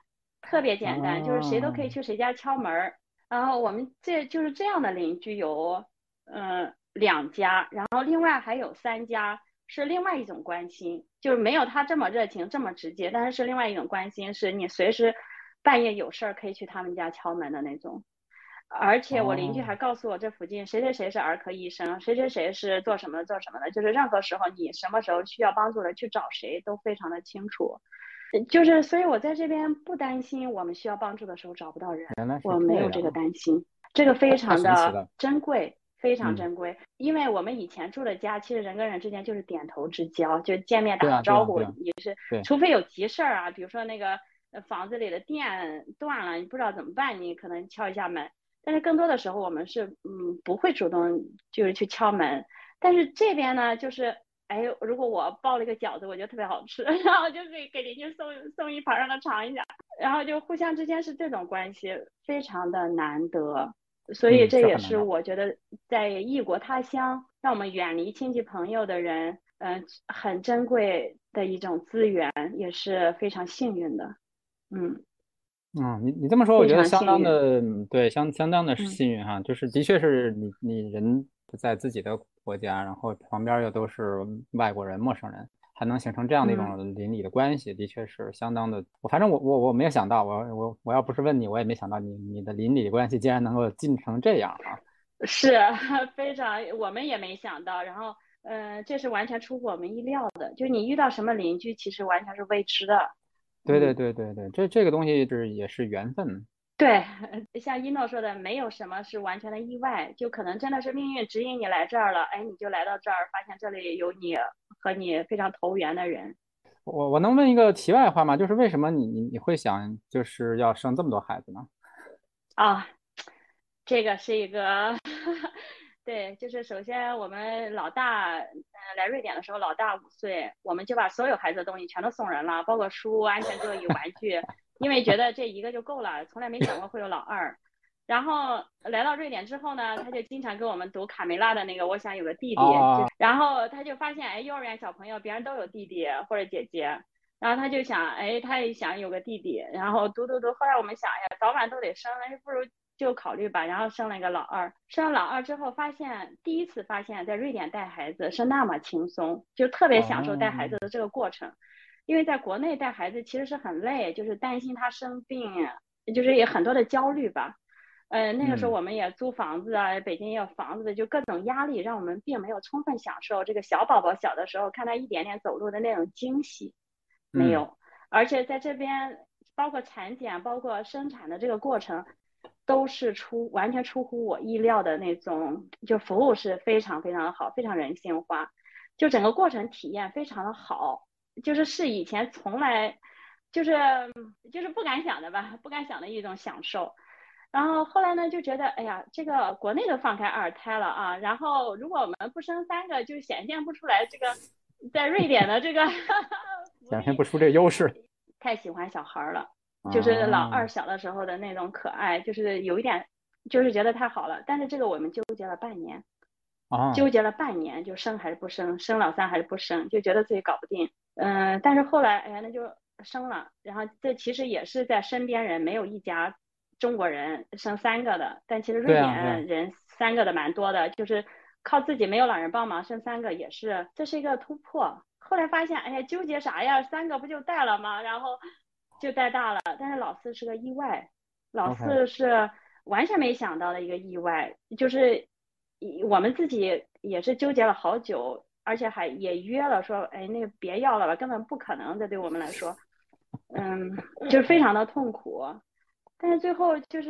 特别简单，就是谁都可以哦去谁家敲门儿。然后我们就是这样的邻居有2家，然后另外还有3家是另外一种关心，就是没有他这么热情这么直接，但是是另外一种关心，是你随时半夜有事儿可以去他们家敲门的那种。而且我邻居哦， 还告诉我，这附近谁谁谁是儿科医生，谁谁谁是做什么的做什么的，就是任何时候你什么时候需要帮助了去找谁都非常的清楚。就是所以我在这边不担心我们需要帮助的时候找不到人， 原来是我没有这个这样， 担心，这个非太常的神奇了。 珍贵。非常嗯， 珍贵，因为我们以前住的家，其实人跟人之间就是点头之交，就见面对啊，对啊， 打个招呼， 对啊， 也是， 对， 除非有急事儿啊，比如说那个房子里的电断了，你不知道怎么办，你可能敲一下门。但是更多的时候，我们是不会主动就是去敲门。但是这边呢，就是哎，如果我包了一个饺子，我觉得特别好吃，然后就可以给邻居送一盘让他尝一下，然后就互相之间是这种关系，非常的难得。所以这也是是很难的。 我觉得在异国他乡，让我们远离亲戚朋友的人，很珍贵的一种资源，也是非常幸运的。嗯， 你这么说，我非觉得常幸运。 对，相当的嗯， 幸运哈，就是的确是你人不在自己的国家，然后旁边又都是外国人、陌生人，还能形成这样的一嗯， 种邻里的关系，的确是相当的。反正我没有想到，我要不是问你，我也没想到你的邻里关系竟然能够近成这样啊。 是非常，我们也没想到。然后，这是完全出乎我们意料的。就你遇到什么邻居，其实完全是未知的。 对对嗯。 对对对，这个东西也是缘分。 对，像一诺说的，没有什么是完全的意外，就可能真的是命运指引你来这儿了，哎，你就来到这儿，发现这里有你和你非常投缘的人我能问一个题外话吗？就是为什么你会想就是要生这么多孩子呢？ 啊。这个是一个，对，就是首先我们老大，来瑞典的时候，老大5岁，我们就把所有孩子的东西全都送人了，包括书、安全座椅、玩具，因为觉得这一个就够了，从来没想过会有老二。然后来到瑞典之后呢，他就经常给我们读卡梅拉的那个《我想有个弟弟》，就哦然后他就发现，哎，幼儿园小朋友别人都有弟弟或者姐姐，然后他就想，哎，他也想有个弟弟，然后读，后来我们想，哎呀，早晚都得生，哎，不如就考虑吧，然后生了一个老二。生了老二之后，第一次发现，在瑞典带孩子是那么轻松，就特别享受带孩子哦， 的这个过程。因为在国内带孩子其实是很累，就是担心他生病，就是也很多的焦虑吧。那个时候嗯我们也租房子啊，北京也有房子的，就各种压力，让我们并没有充分享受这个小宝宝小的时候看他一点点走路的那种惊喜，没嗯有。而且在这边，包括产检，包括生产的这个过程，都是完全出乎我意料的那种，就服务是非常非常的好，非常人性化，就整个过程体验非常的好，是以前从来就是就是不敢想的吧，不敢想的一种享受。然后后来呢，就觉得，哎呀，这个国内都放开2胎了啊，然后如果我们不生3个，就显现不出来这个在瑞典的这个福利。 显现不出这个优势太喜欢小孩了，就是老啊二小的时候的那种可爱，就是有一点，就是觉得太好了。但是这个我们纠结了半年， 啊纠结了半年，就生还是不生，生老三还是不生，就觉得自己搞不定。但是后来，哎呀，那就生了。然后这其实也是在身边人没有一家中国人生3个的，但其实瑞对啊对啊典人3个的蛮多的，就是靠自己没有老人帮忙生3个也是，这是一个突破。后来发现，哎呀，纠结啥呀？3个不就带了吗？然后就带大了。但是老四是个意外，老 ，OK， 四是完全没想到的一个意外，就是我们自己也是纠结了好久，而且也约了说，哎，那个别要了吧，根本不可能的，对我们来说，嗯，就是非常的痛苦。但是最后就是，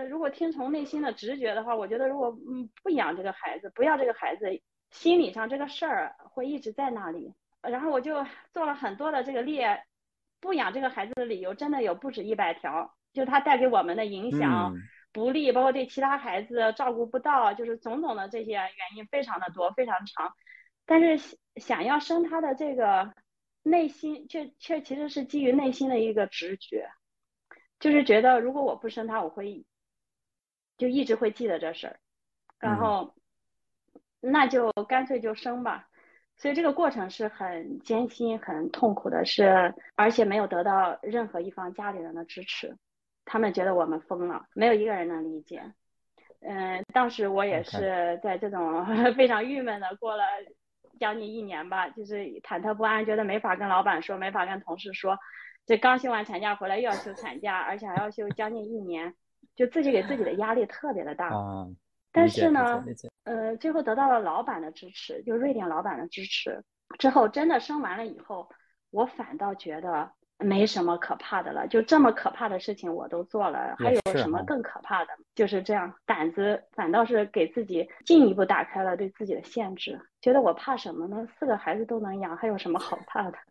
如果听从内心的直觉的话，我觉得如果不养这个孩子，不要这个孩子，心理上这个事儿会一直在那里。然后我就做了很多的这个不养这个孩子的理由，真的有不止100条，就他带给我们的影响、 嗯不利，包括对其他孩子照顾不到，就是种种的这些原因非常的多，非常长。但是想要生他的这个内心，却其实是基于内心的一个直觉，就是觉得如果我不生他，我会就一直会记得这事儿，然嗯后那就干脆就生吧。 所以这个过程是很艰辛、很痛苦的，而且没有得到任何一方家里人的支持，他们觉得我们疯了，没有一个人能理解。当时我也是在这种非常郁闷的过了将近1年吧，就是忐忑不安，觉得没法跟老板说，没法跟同事说，这刚休完产假回来又要休产假，而且还要休将近1年，就自己给自己的压力特别的大。但是呢，最后得到了老板的支持，就瑞典老板的支持之后，真的生完了以后，我反倒觉得没什么可怕的了，就这么可怕的事情我都做了，还有什么更可怕的？就是这样，胆子反倒是给自己进一步打开了对自己的限制，觉得我怕什么呢？4个孩子都能养，还有什么好怕的？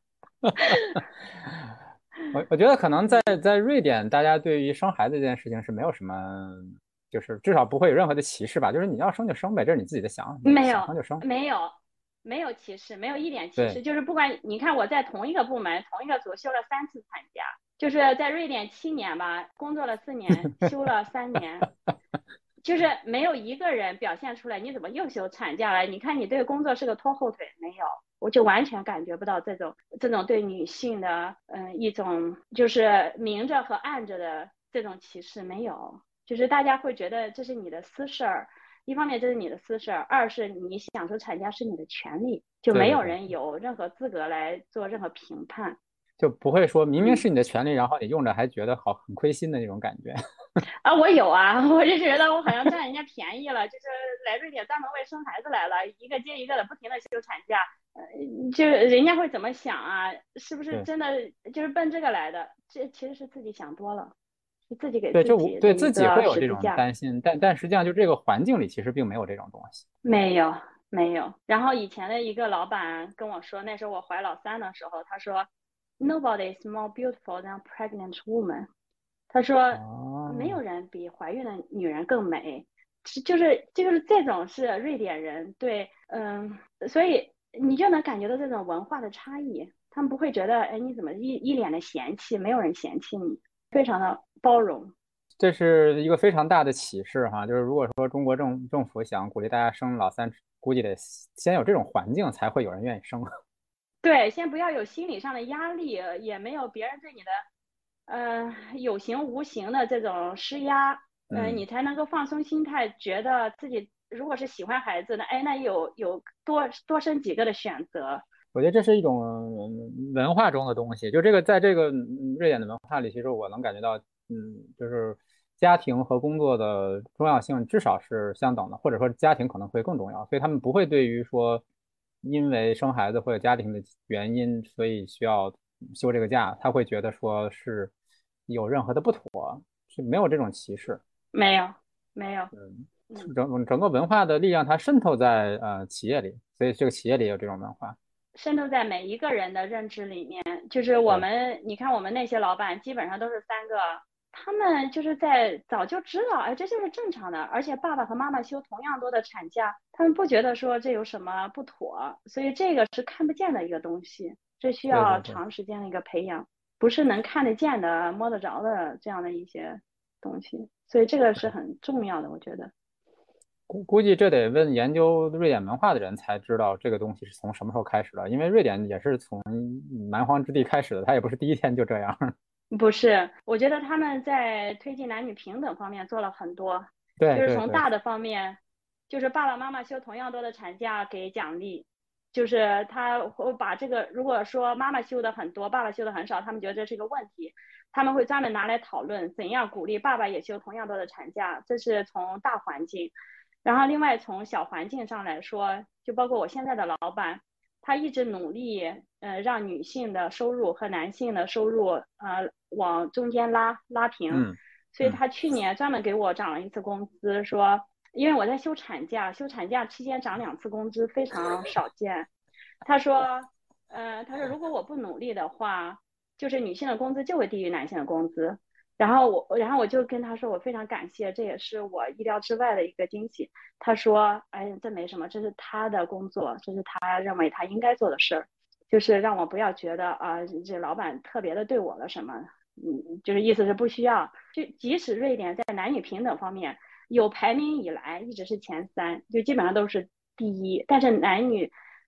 我觉得可能在瑞典，大家对于生孩子这件事情是没有什么，就是至少不会有任何的歧视吧。就是你要生就生呗，这是你自己的想法，想生就生。 没有歧视，没有一点歧视。就是不管你看我在同一个部门、同一个组休了3次产假，就是在瑞典7年吧，工作了4年，休了3年，就是没有一个人表现出来你怎么又休产假了？你看你对工作是个拖后腿，没有。我就完全感觉不到这种对女性的一种就是明着和暗着的这种歧视，没有，就是大家会觉得这是你的私事儿，一方面这是你的私事儿，二是你享受产假是你的权利，就没有人有任何资格来做任何评判， 就不会说明明是你的权利，然后你用着还觉得很亏心的那种感觉。 我有啊，我就觉得我好像占人家便宜了，就是来瑞典专门为生孩子来了，一个接一个的不停的休产假，就人家会怎么想啊？是不是真的就是奔这个来的？这其实是自己想多了，是自己给自己对自己会有这种担心，但实际上就这个环境里其实并没有这种东西。 没有。然后以前的一个老板跟我说，那时候我怀老3的时候，他说 Nobody is more beautiful than a pregnant woman。他说没有人比怀孕的女人更美，就是这种是瑞典人对，所以你就能感觉到这种文化的差异，他们不会觉得哎你怎么一脸的嫌弃，没有人嫌弃你，非常的包容。 这是一个非常大的启示哈，就是如果说中国政府想鼓励大家生老3，估计得先有这种环境，才会有人愿意生。 对，先不要有心理上的压力，也没有别人对你的有形无形的这种施压，你才能够放松心态，觉得自己如果是喜欢孩子的，那有多生几个的选择。 我觉得这是一种文化中的东西，就这个在这个瑞典的文化里，其实我能感觉到，就是家庭和工作的重要性至少是相等的，或者说家庭可能会更重要，所以他们不会对于说因为生孩子或者家庭的原因，所以需要休这个假，他会觉得说是有任何的不妥，是没有这种歧视。 没有。 整个文化的力量它渗透在企业里，所以这个企业里有这种文化。 渗透在每一个人的认知里面，就是你看我们那些老板基本上都是3个，他们就是早就知道，这就是正常的，而且爸爸和妈妈休同样多的产假，他们不觉得说这有什么不妥，所以这个是看不见的一个东西，这需要长时间的一个培养，不是能看得见的、摸得着的这样的一些东西，所以这个是很重要的，我觉得。 估计这得问研究瑞典文化的人才知道这个东西是从什么时候开始的，因为瑞典也是从蛮荒之地开始的，它也不是第一天就这样。 不是，我觉得他们在推进男女平等方面做了很多，就是从大的方面，就是爸爸妈妈休同样多的产假给奖励，就是他会把这个，如果说妈妈休的很多，爸爸休的很少，他们觉得这是一个问题，他们会专门拿来讨论怎样鼓励爸爸也休同样多的产假，这是从大环境。然后另外从小环境上来说，就包括我现在的老板，他一直努力让女性的收入和男性的收入往中间拉平，所以他去年专门给我涨了1次工资，说因为我在休产假期间涨2次工资非常少见，他说如果我不努力的话，就是女性的工资就会低于男性的工资。然后我就跟他说我非常感谢，这也是我意料之外的一个惊喜。他说这没什么，这是他的工作，这是他认为他应该做的事儿，就是让我不要觉得这老板特别的对我了什么，就是意思是不需要，就即使瑞典在男女平等方面有排名以来一直是前3，就基本上都是第1，但是男女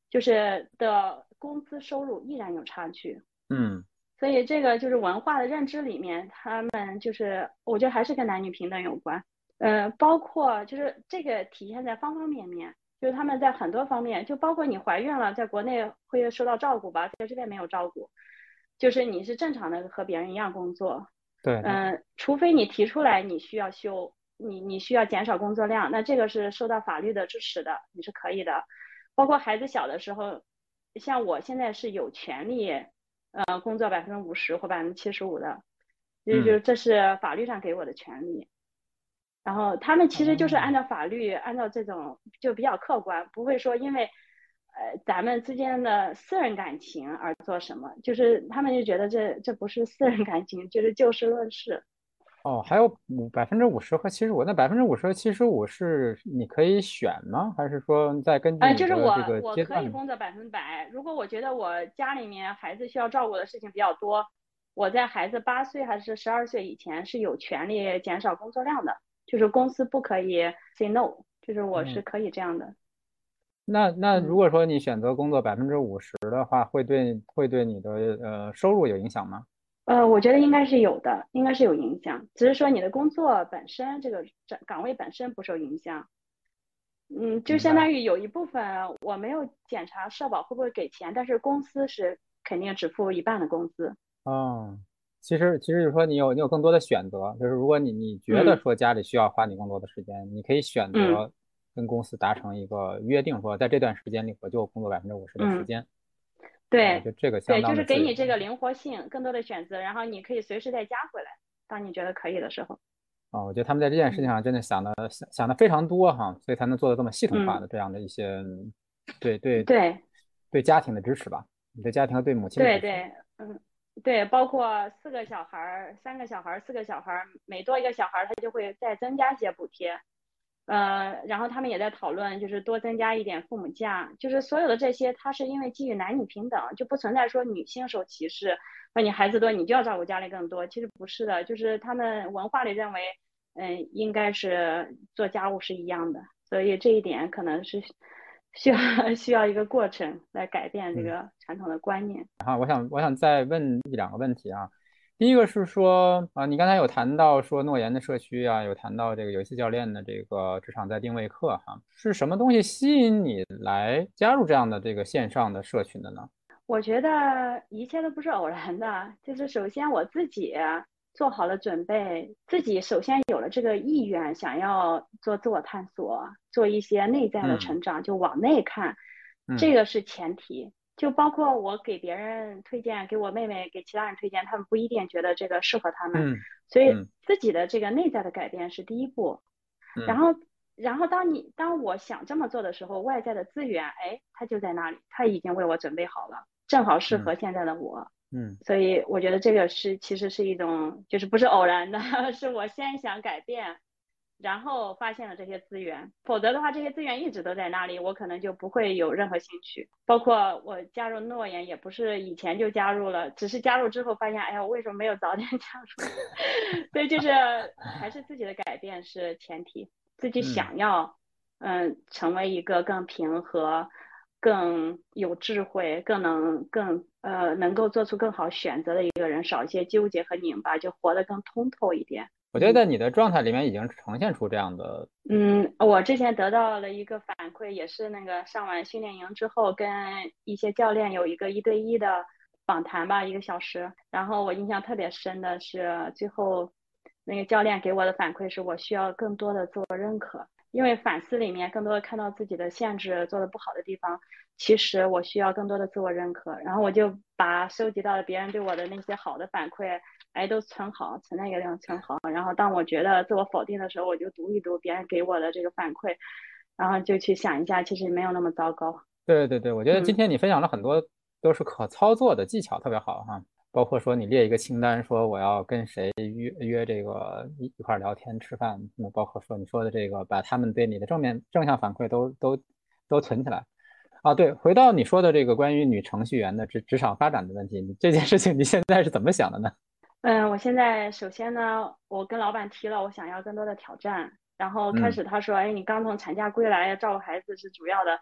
就是的工资收入依然有差距。 嗯所以这个就是文化的认知里面，他们就是我觉得还是跟男女平等有关。包括就是这个体现在方方面面，就是他们在很多方面，就包括你怀孕了，在国内会受到照顾吧，在这边没有照顾，就是你是正常的和别人一样工作。 对对， 除非你提出来你需要休，你需要减少工作量，那这个是受到法律的支持的，你是可以的。包括孩子小的时候，像我现在是有权利，工作50%或75%的，就这是法律上给我的权利。然后他们其实就是按照法律，按照这种就比较客观，不会说因为咱们之间的私人感情而做什么，就是他们就觉得这不是私人感情，就是就事论事。 哦，还有50%和75%，那50%和75%是你可以选吗？还是说再根据你就是的这个我阶段？ 可以工作100%，如果我觉得我家里面孩子需要照顾的事情比较多，我在孩子8岁还是12岁以前是有权利减少工作量的，就是公司不可以 say no，就是我是嗯， 可以这样的。 那如嗯。 果说你选择工作50%的话，会对你的收入有影响吗？ 我觉得应该是有的，应该是有影响，只是说你的工作本身这个岗位本身不受影响。就相明白。 当于有一部分我没有检查社保会不会给钱，但是公司是肯定只付一半的工资。 哦，其实就是说你有更多的选择，就是如果你觉得嗯说家里需要花你更多的时间，你可以选嗯择跟公司达成一个约定，说在这段时间里我就工作50%的时嗯， 间。我对觉得这个相对，就是给当的自由。 你这个灵活性，更多的选择，然后你可以随时再加回来，当你觉得可以的时候。 我觉得他们在这件事情嗯上真的想的非常多哈，所以才能做的这么系统化嗯， 的这样的一些对对对。 对家庭的支持吧，对家庭和对母亲的支持。 对对，对，包括4个小孩、3个小孩、4个小孩，每多一个小孩，他就会再增加一些补贴。然后他们也在讨论，就是多增加一点父母假，就是所有的这些，它是因为基于男女平等，就不存在说女性受歧视，说你孩子多你就要照顾家里更多，其实不是的，就是他们文化里认为，应该是做家务是一样的，所以这一点可能是需要一个过程来改变这嗯。 个传统的观念。 我想再问一两个问题啊。第一个是说你刚才有谈到说诺言的社区啊，有谈到这个游戏教练的这个职场在定位课哈，是什么东西吸引你来加入这样的这个线上的社群的呢？ 我觉得一切都不是偶然的，就是首先我自己做好了准备，自己首先有了这个意愿，想要做自我探索，做一些内在的嗯成长，就往内看，这嗯个是前提。就包括我给别人推荐，给我妹妹，给其他人推荐，他们不一定觉得这个适合他们， 嗯所以嗯自己的这个内在的改变是第一步。然嗯后，当我想这么做的时候，外在的资源，哎，它就在那里，它已经为我准备好了，正好适嗯合现在的我。 嗯所以我觉得这个其实是一种，就是不是偶然的，是我先想改变，然后发现了这些资源。否则的话，这些资源一直都在那里，我可能就不会有任何兴趣。包括我加入诺言，也不是以前就加入了，只是加入之后发现，哎呀，我为什么没有早点加入？所以就是还是自己的改变是前提，自己嗯。 想要成为一个更平和、更有智慧、能够做出更好选择的一个人，少一些纠结和拧巴，就活得更通透一点。 我觉得在你的状态里面已经呈现出这样的。 我之前得到了一个反馈，也是那个上完训练营之后，跟一些教练有一个1对1的访谈吧，1个小时。然后我印象特别深的是，最后那个教练给我的反馈是我需要更多的自我认可，因为反思里面更多的看到自己的限制，做的不好的地方，其实我需要更多的自我认可。然后我就把收集到的别人对我的那些好的反馈，哎，都存好，存在一个地方存好。然后当我觉得自我否定的时候，我就读一读别人给我的这个反馈，然后就去想一下，其实没有那么糟糕。 对对对，我觉得今嗯天你分享了很多都是可操作的技巧，特别好哈。包括说你列一个清单，说我要跟谁约这个一块儿聊天吃饭，包括说你说的这个，把他们对你的正向反馈都存起来啊。对，回到你说的这个关于女程序员的职场发展的问题，你这件事情你现在是怎么想的呢？ 我现在首先呢，我跟老板提了我想要更多的挑战，然后开嗯始他说，哎，你刚从产假归来，照顾孩子是主要的，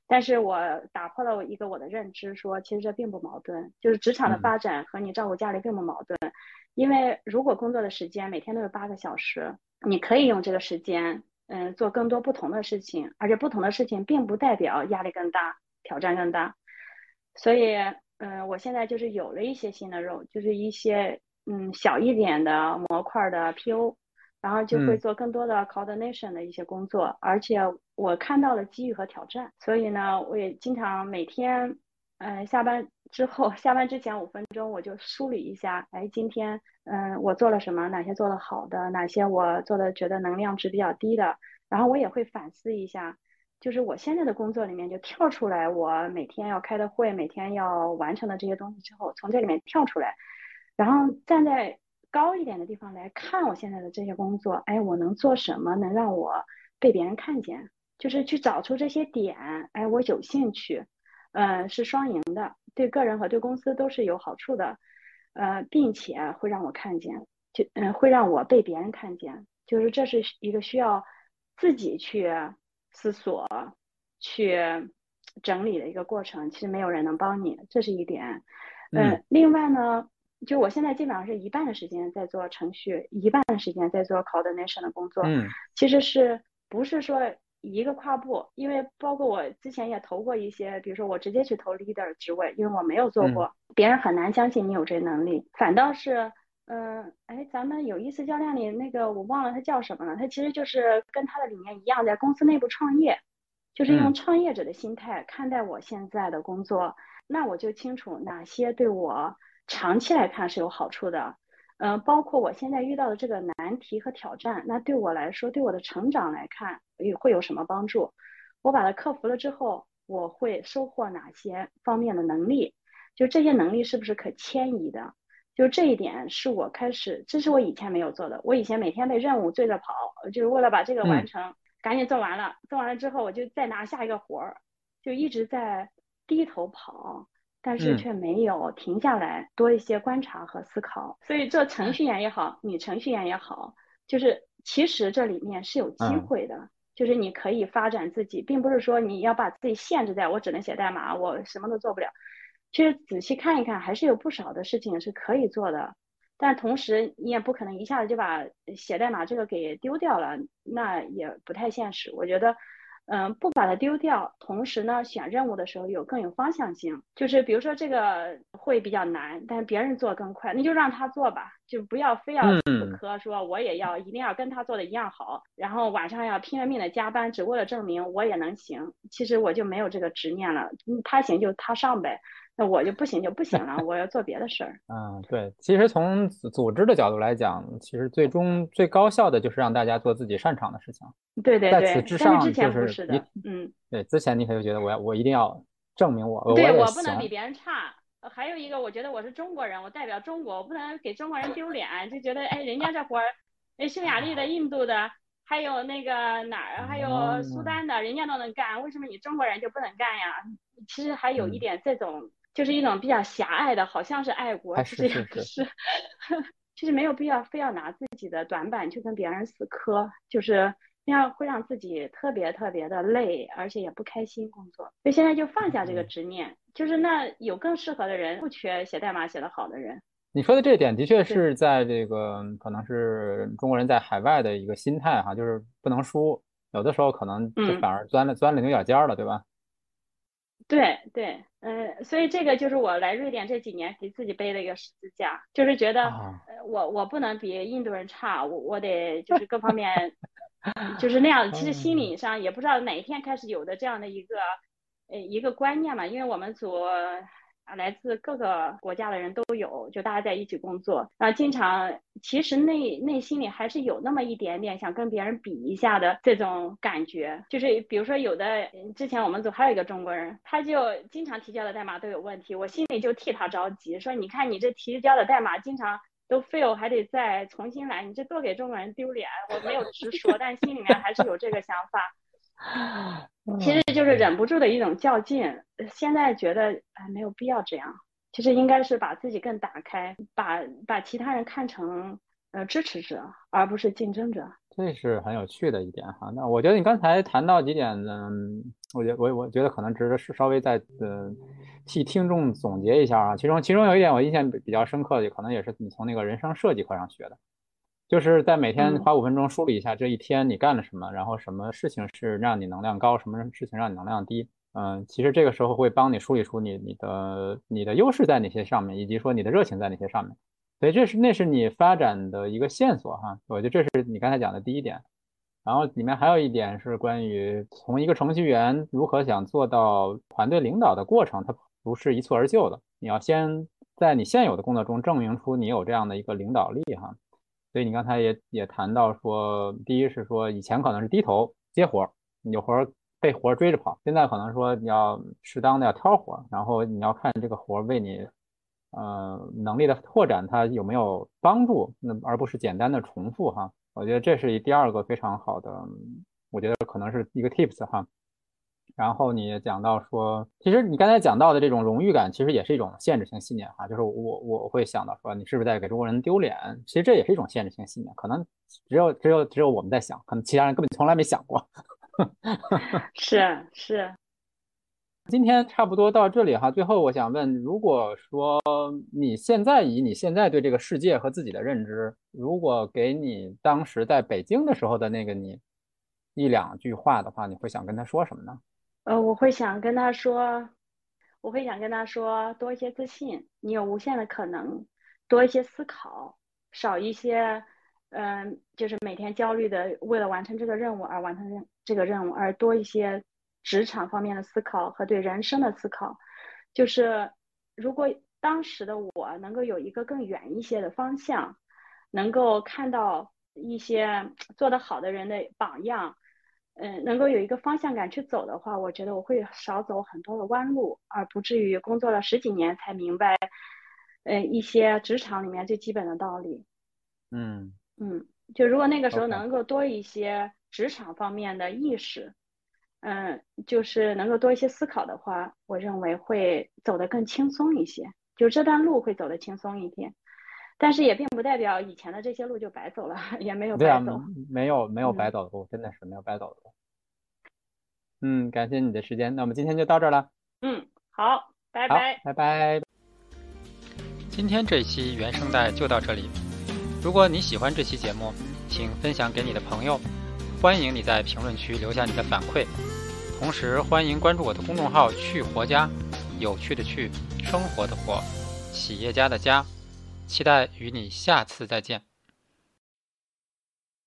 但是我打破了我的认知，说其实这并不矛盾，就是职场的发展和你照顾家里并不矛盾。因为如果工作的时间每天都有8个小时，你可以用这个时间做更多不同的事情，而且不同的事情并不代表压力更大，挑战更大。所以我现在就是有了一些新的肉，就是一些小一点的模块的 PO， 然后就会做更多的 coordination 的一些工作，而且我看到了机遇和挑战，所以呢，我也经常每天下班之前5分钟我就梳理一下，哎，今天我做了什么，哪些做得好的，哪些我做的觉得能量值比较低的，然后我也会反思一下。就是我现在的工作里面就跳出来，我每天要开的会，每天要完成的这些东西之后，从这里面跳出来，然后站在高一点的地方来看我现在的这些工作，哎，我能做什么能让我被别人看见？就是去找出这些点，哎，我有兴趣，是双赢的，对个人和对公司都是有好处的，并且会让我看见，会让我被别人看见，就是这是一个需要自己去思索、去整理的一个过程，其实没有人能帮你，这是一点。另外呢，就我现在基本上是一半的时间在做程序，一半的时间在做 coordination 的工作。其实是不是说一个跨步？因为包括我之前也投过一些，比如说我直接去投 leader 职位，因为我没有做过，别人很难相信你有这能力，反倒是。咱们有意思教练里那个我忘了他叫什么了，他其实就是跟他的理念一样，在公司内部创业，就是用创业者的心态看待我现在的工作，那我就清楚哪些对我长期来看是有好处的，包括我现在遇到的这个难题和挑战，那对我来说，对我的成长来看会有什么帮助？我把它克服了之后，我会收获哪些方面的能力？就这些能力是不是可迁移的？就这一点是我这是我以前没有做的。我以前每天被任务追着跑，就是为了把这个完成，赶紧做完了。做完了之后，我就再拿下一个活儿，就一直在低头跑，但是却没有停下来多一些观察和思考。所以做程序员也好，女程序员也好，就是其实这里面是有机会的。就是你可以发展自己，并不是说你要把自己限制在我只能写代码，我什么都做不了。其实仔细看一看，还是有不少的事情是可以做的，但同时你也不可能一下子就把写代码这个给丢掉了，那也不太现实。我觉得，不把它丢掉，同时呢，选任务的时候更有方向性。就是比如说这个会比较难，但是别人做更快，那就让他做吧，就不要非要死磕，说我也要一定要跟他做的一样好，然后晚上要拼了命的加班，只为了证明我也能行。其实我就没有这个执念了，他行就他上呗。那我就不行就不行了，我要做别的事儿。 对，其实从组织的角度来讲，其实最终最高效的就是让大家做自己擅长的事情。 对对在此对，但是之之上，就前不是你， 是的， 对，之前你可就觉得我一定要证明我对， 也我不能比行。 别人差。还有一个，我觉得我是中国人，我代表中国，我不能给中国人丢脸，就觉得哎，人家这活儿，匈牙利的、印度的，还有那个哪儿，还有苏丹的，人家都能干，为什么你中国人就不能干呀？其实还有一点这种。就是一种比较狭隘的，好像是爱国，其实也不是，其实没有必要非要拿自己的短板去跟别人死磕，就是那样会让自己特别特别的累，而且也不开心工作。所以现在就放下这个执念，就是那有更适合的人，不缺写代码写得好的人。 你说的这点的确是在这个可能是中国人在海外的一个心态哈，就是不能输，有的时候可能就反而钻了牛角尖了，对吧？ 对对，所以这个就是我来瑞典这几年给自己背了一个十字架，就是觉得，我不能比印度人差，我得就是各方面，就是那样。其实心理上也不知道哪一天开始有的这样的一个观念嘛，因为我们组来自各个国家的人都有，就大家在一起工作，经常其实内心里还是有那么一点点想跟别人比一下的这种感觉。就是比如说有的之前我们组还有一个中国人，他就经常提交的代码都有问题，我心里就替他着急，说你看你这提交的代码经常都 fail， 还得再重新来，你这多给中国人丢脸。我没有直说，但心里面还是有这个想法。其实就是忍不住的一种较劲，现在觉得没有必要这样，其实应该是把自己更打开，把其他人看成支持者，而不是竞争者。 这是很有趣的一点哈。那我觉得你刚才谈到几点呢，我觉得可能值得是稍微再替听众总结一下啊。其中有一点我印象比较深刻的，可能也是你从那个人生设计课上学的，就是在每天花5分钟梳理一下这一天你干了什么，然后什么事情是让你能量高，什么事情让你能量低。其实这个时候会帮你梳理出你的优势在哪些上面，以及说你的热情在哪些上面。所以那是你发展的一个线索哈，我觉得这是你刚才讲的第一点。然后里面还有一点是关于从一个程序员如何想做到团队领导的过程，它不是一蹴而就的，你要先在你现有的工作中证明出你有这样的一个领导力哈。所以你刚才也谈到说，第一是说以前可能是低头接活，你有活被活追着跑，现在可能说你要适当的要挑活，然后你要看这个活为你能力的拓展它有没有帮助，而不是简单的重复哈。我觉得这是第二个非常好的，我觉得可能是一个 tips 哈。然后你也讲到说，其实你刚才讲到的这种荣誉感，其实也是一种限制性信念哈，就是我会想到说，你是不是在给中国人丢脸？其实这也是一种限制性信念，可能只有我们在想，可能其他人根本从来没想过。 是。 今天差不多到这里哈，最后我想问，如果说你现在以你现在对这个世界和自己的认知，如果给你当时在北京的时候的那个你1-2句话的话，你会想跟他说什么呢？ 我会想跟他说，多一些自信，你有无限的可能，多一些思考，少一些，就是每天焦虑的为了完成这个任务而完成这个任务，而多一些职场方面的思考和对人生的思考。就是如果当时的我能够有一个更远一些的方向，能够看到一些做得好的人的榜样，能够有一个方向感去走的话，我觉得我会少走很多的弯路，而不至于工作了10几年才明白，一些职场里面最基本的道理。就如果那个时候能够多一些职场方面的意识，就是能够多一些思考的话，我认为会走得更轻松一些，就这段路会走得轻松一点。但是也并不代表以前的这些路就白走了，也没有白走。 没有白走的路，真的是没有白走的路。感谢你的时间，那我们今天就到这儿了。 好，拜拜。 好，拜拜。 今天这一期原声带就到这里。如果你喜欢这期节目，请分享给你的朋友，欢迎你在评论区留下你的反馈。同时欢迎关注我的公众号去活家，有趣的去，生活的活，企业家的家。期待与你下次再见。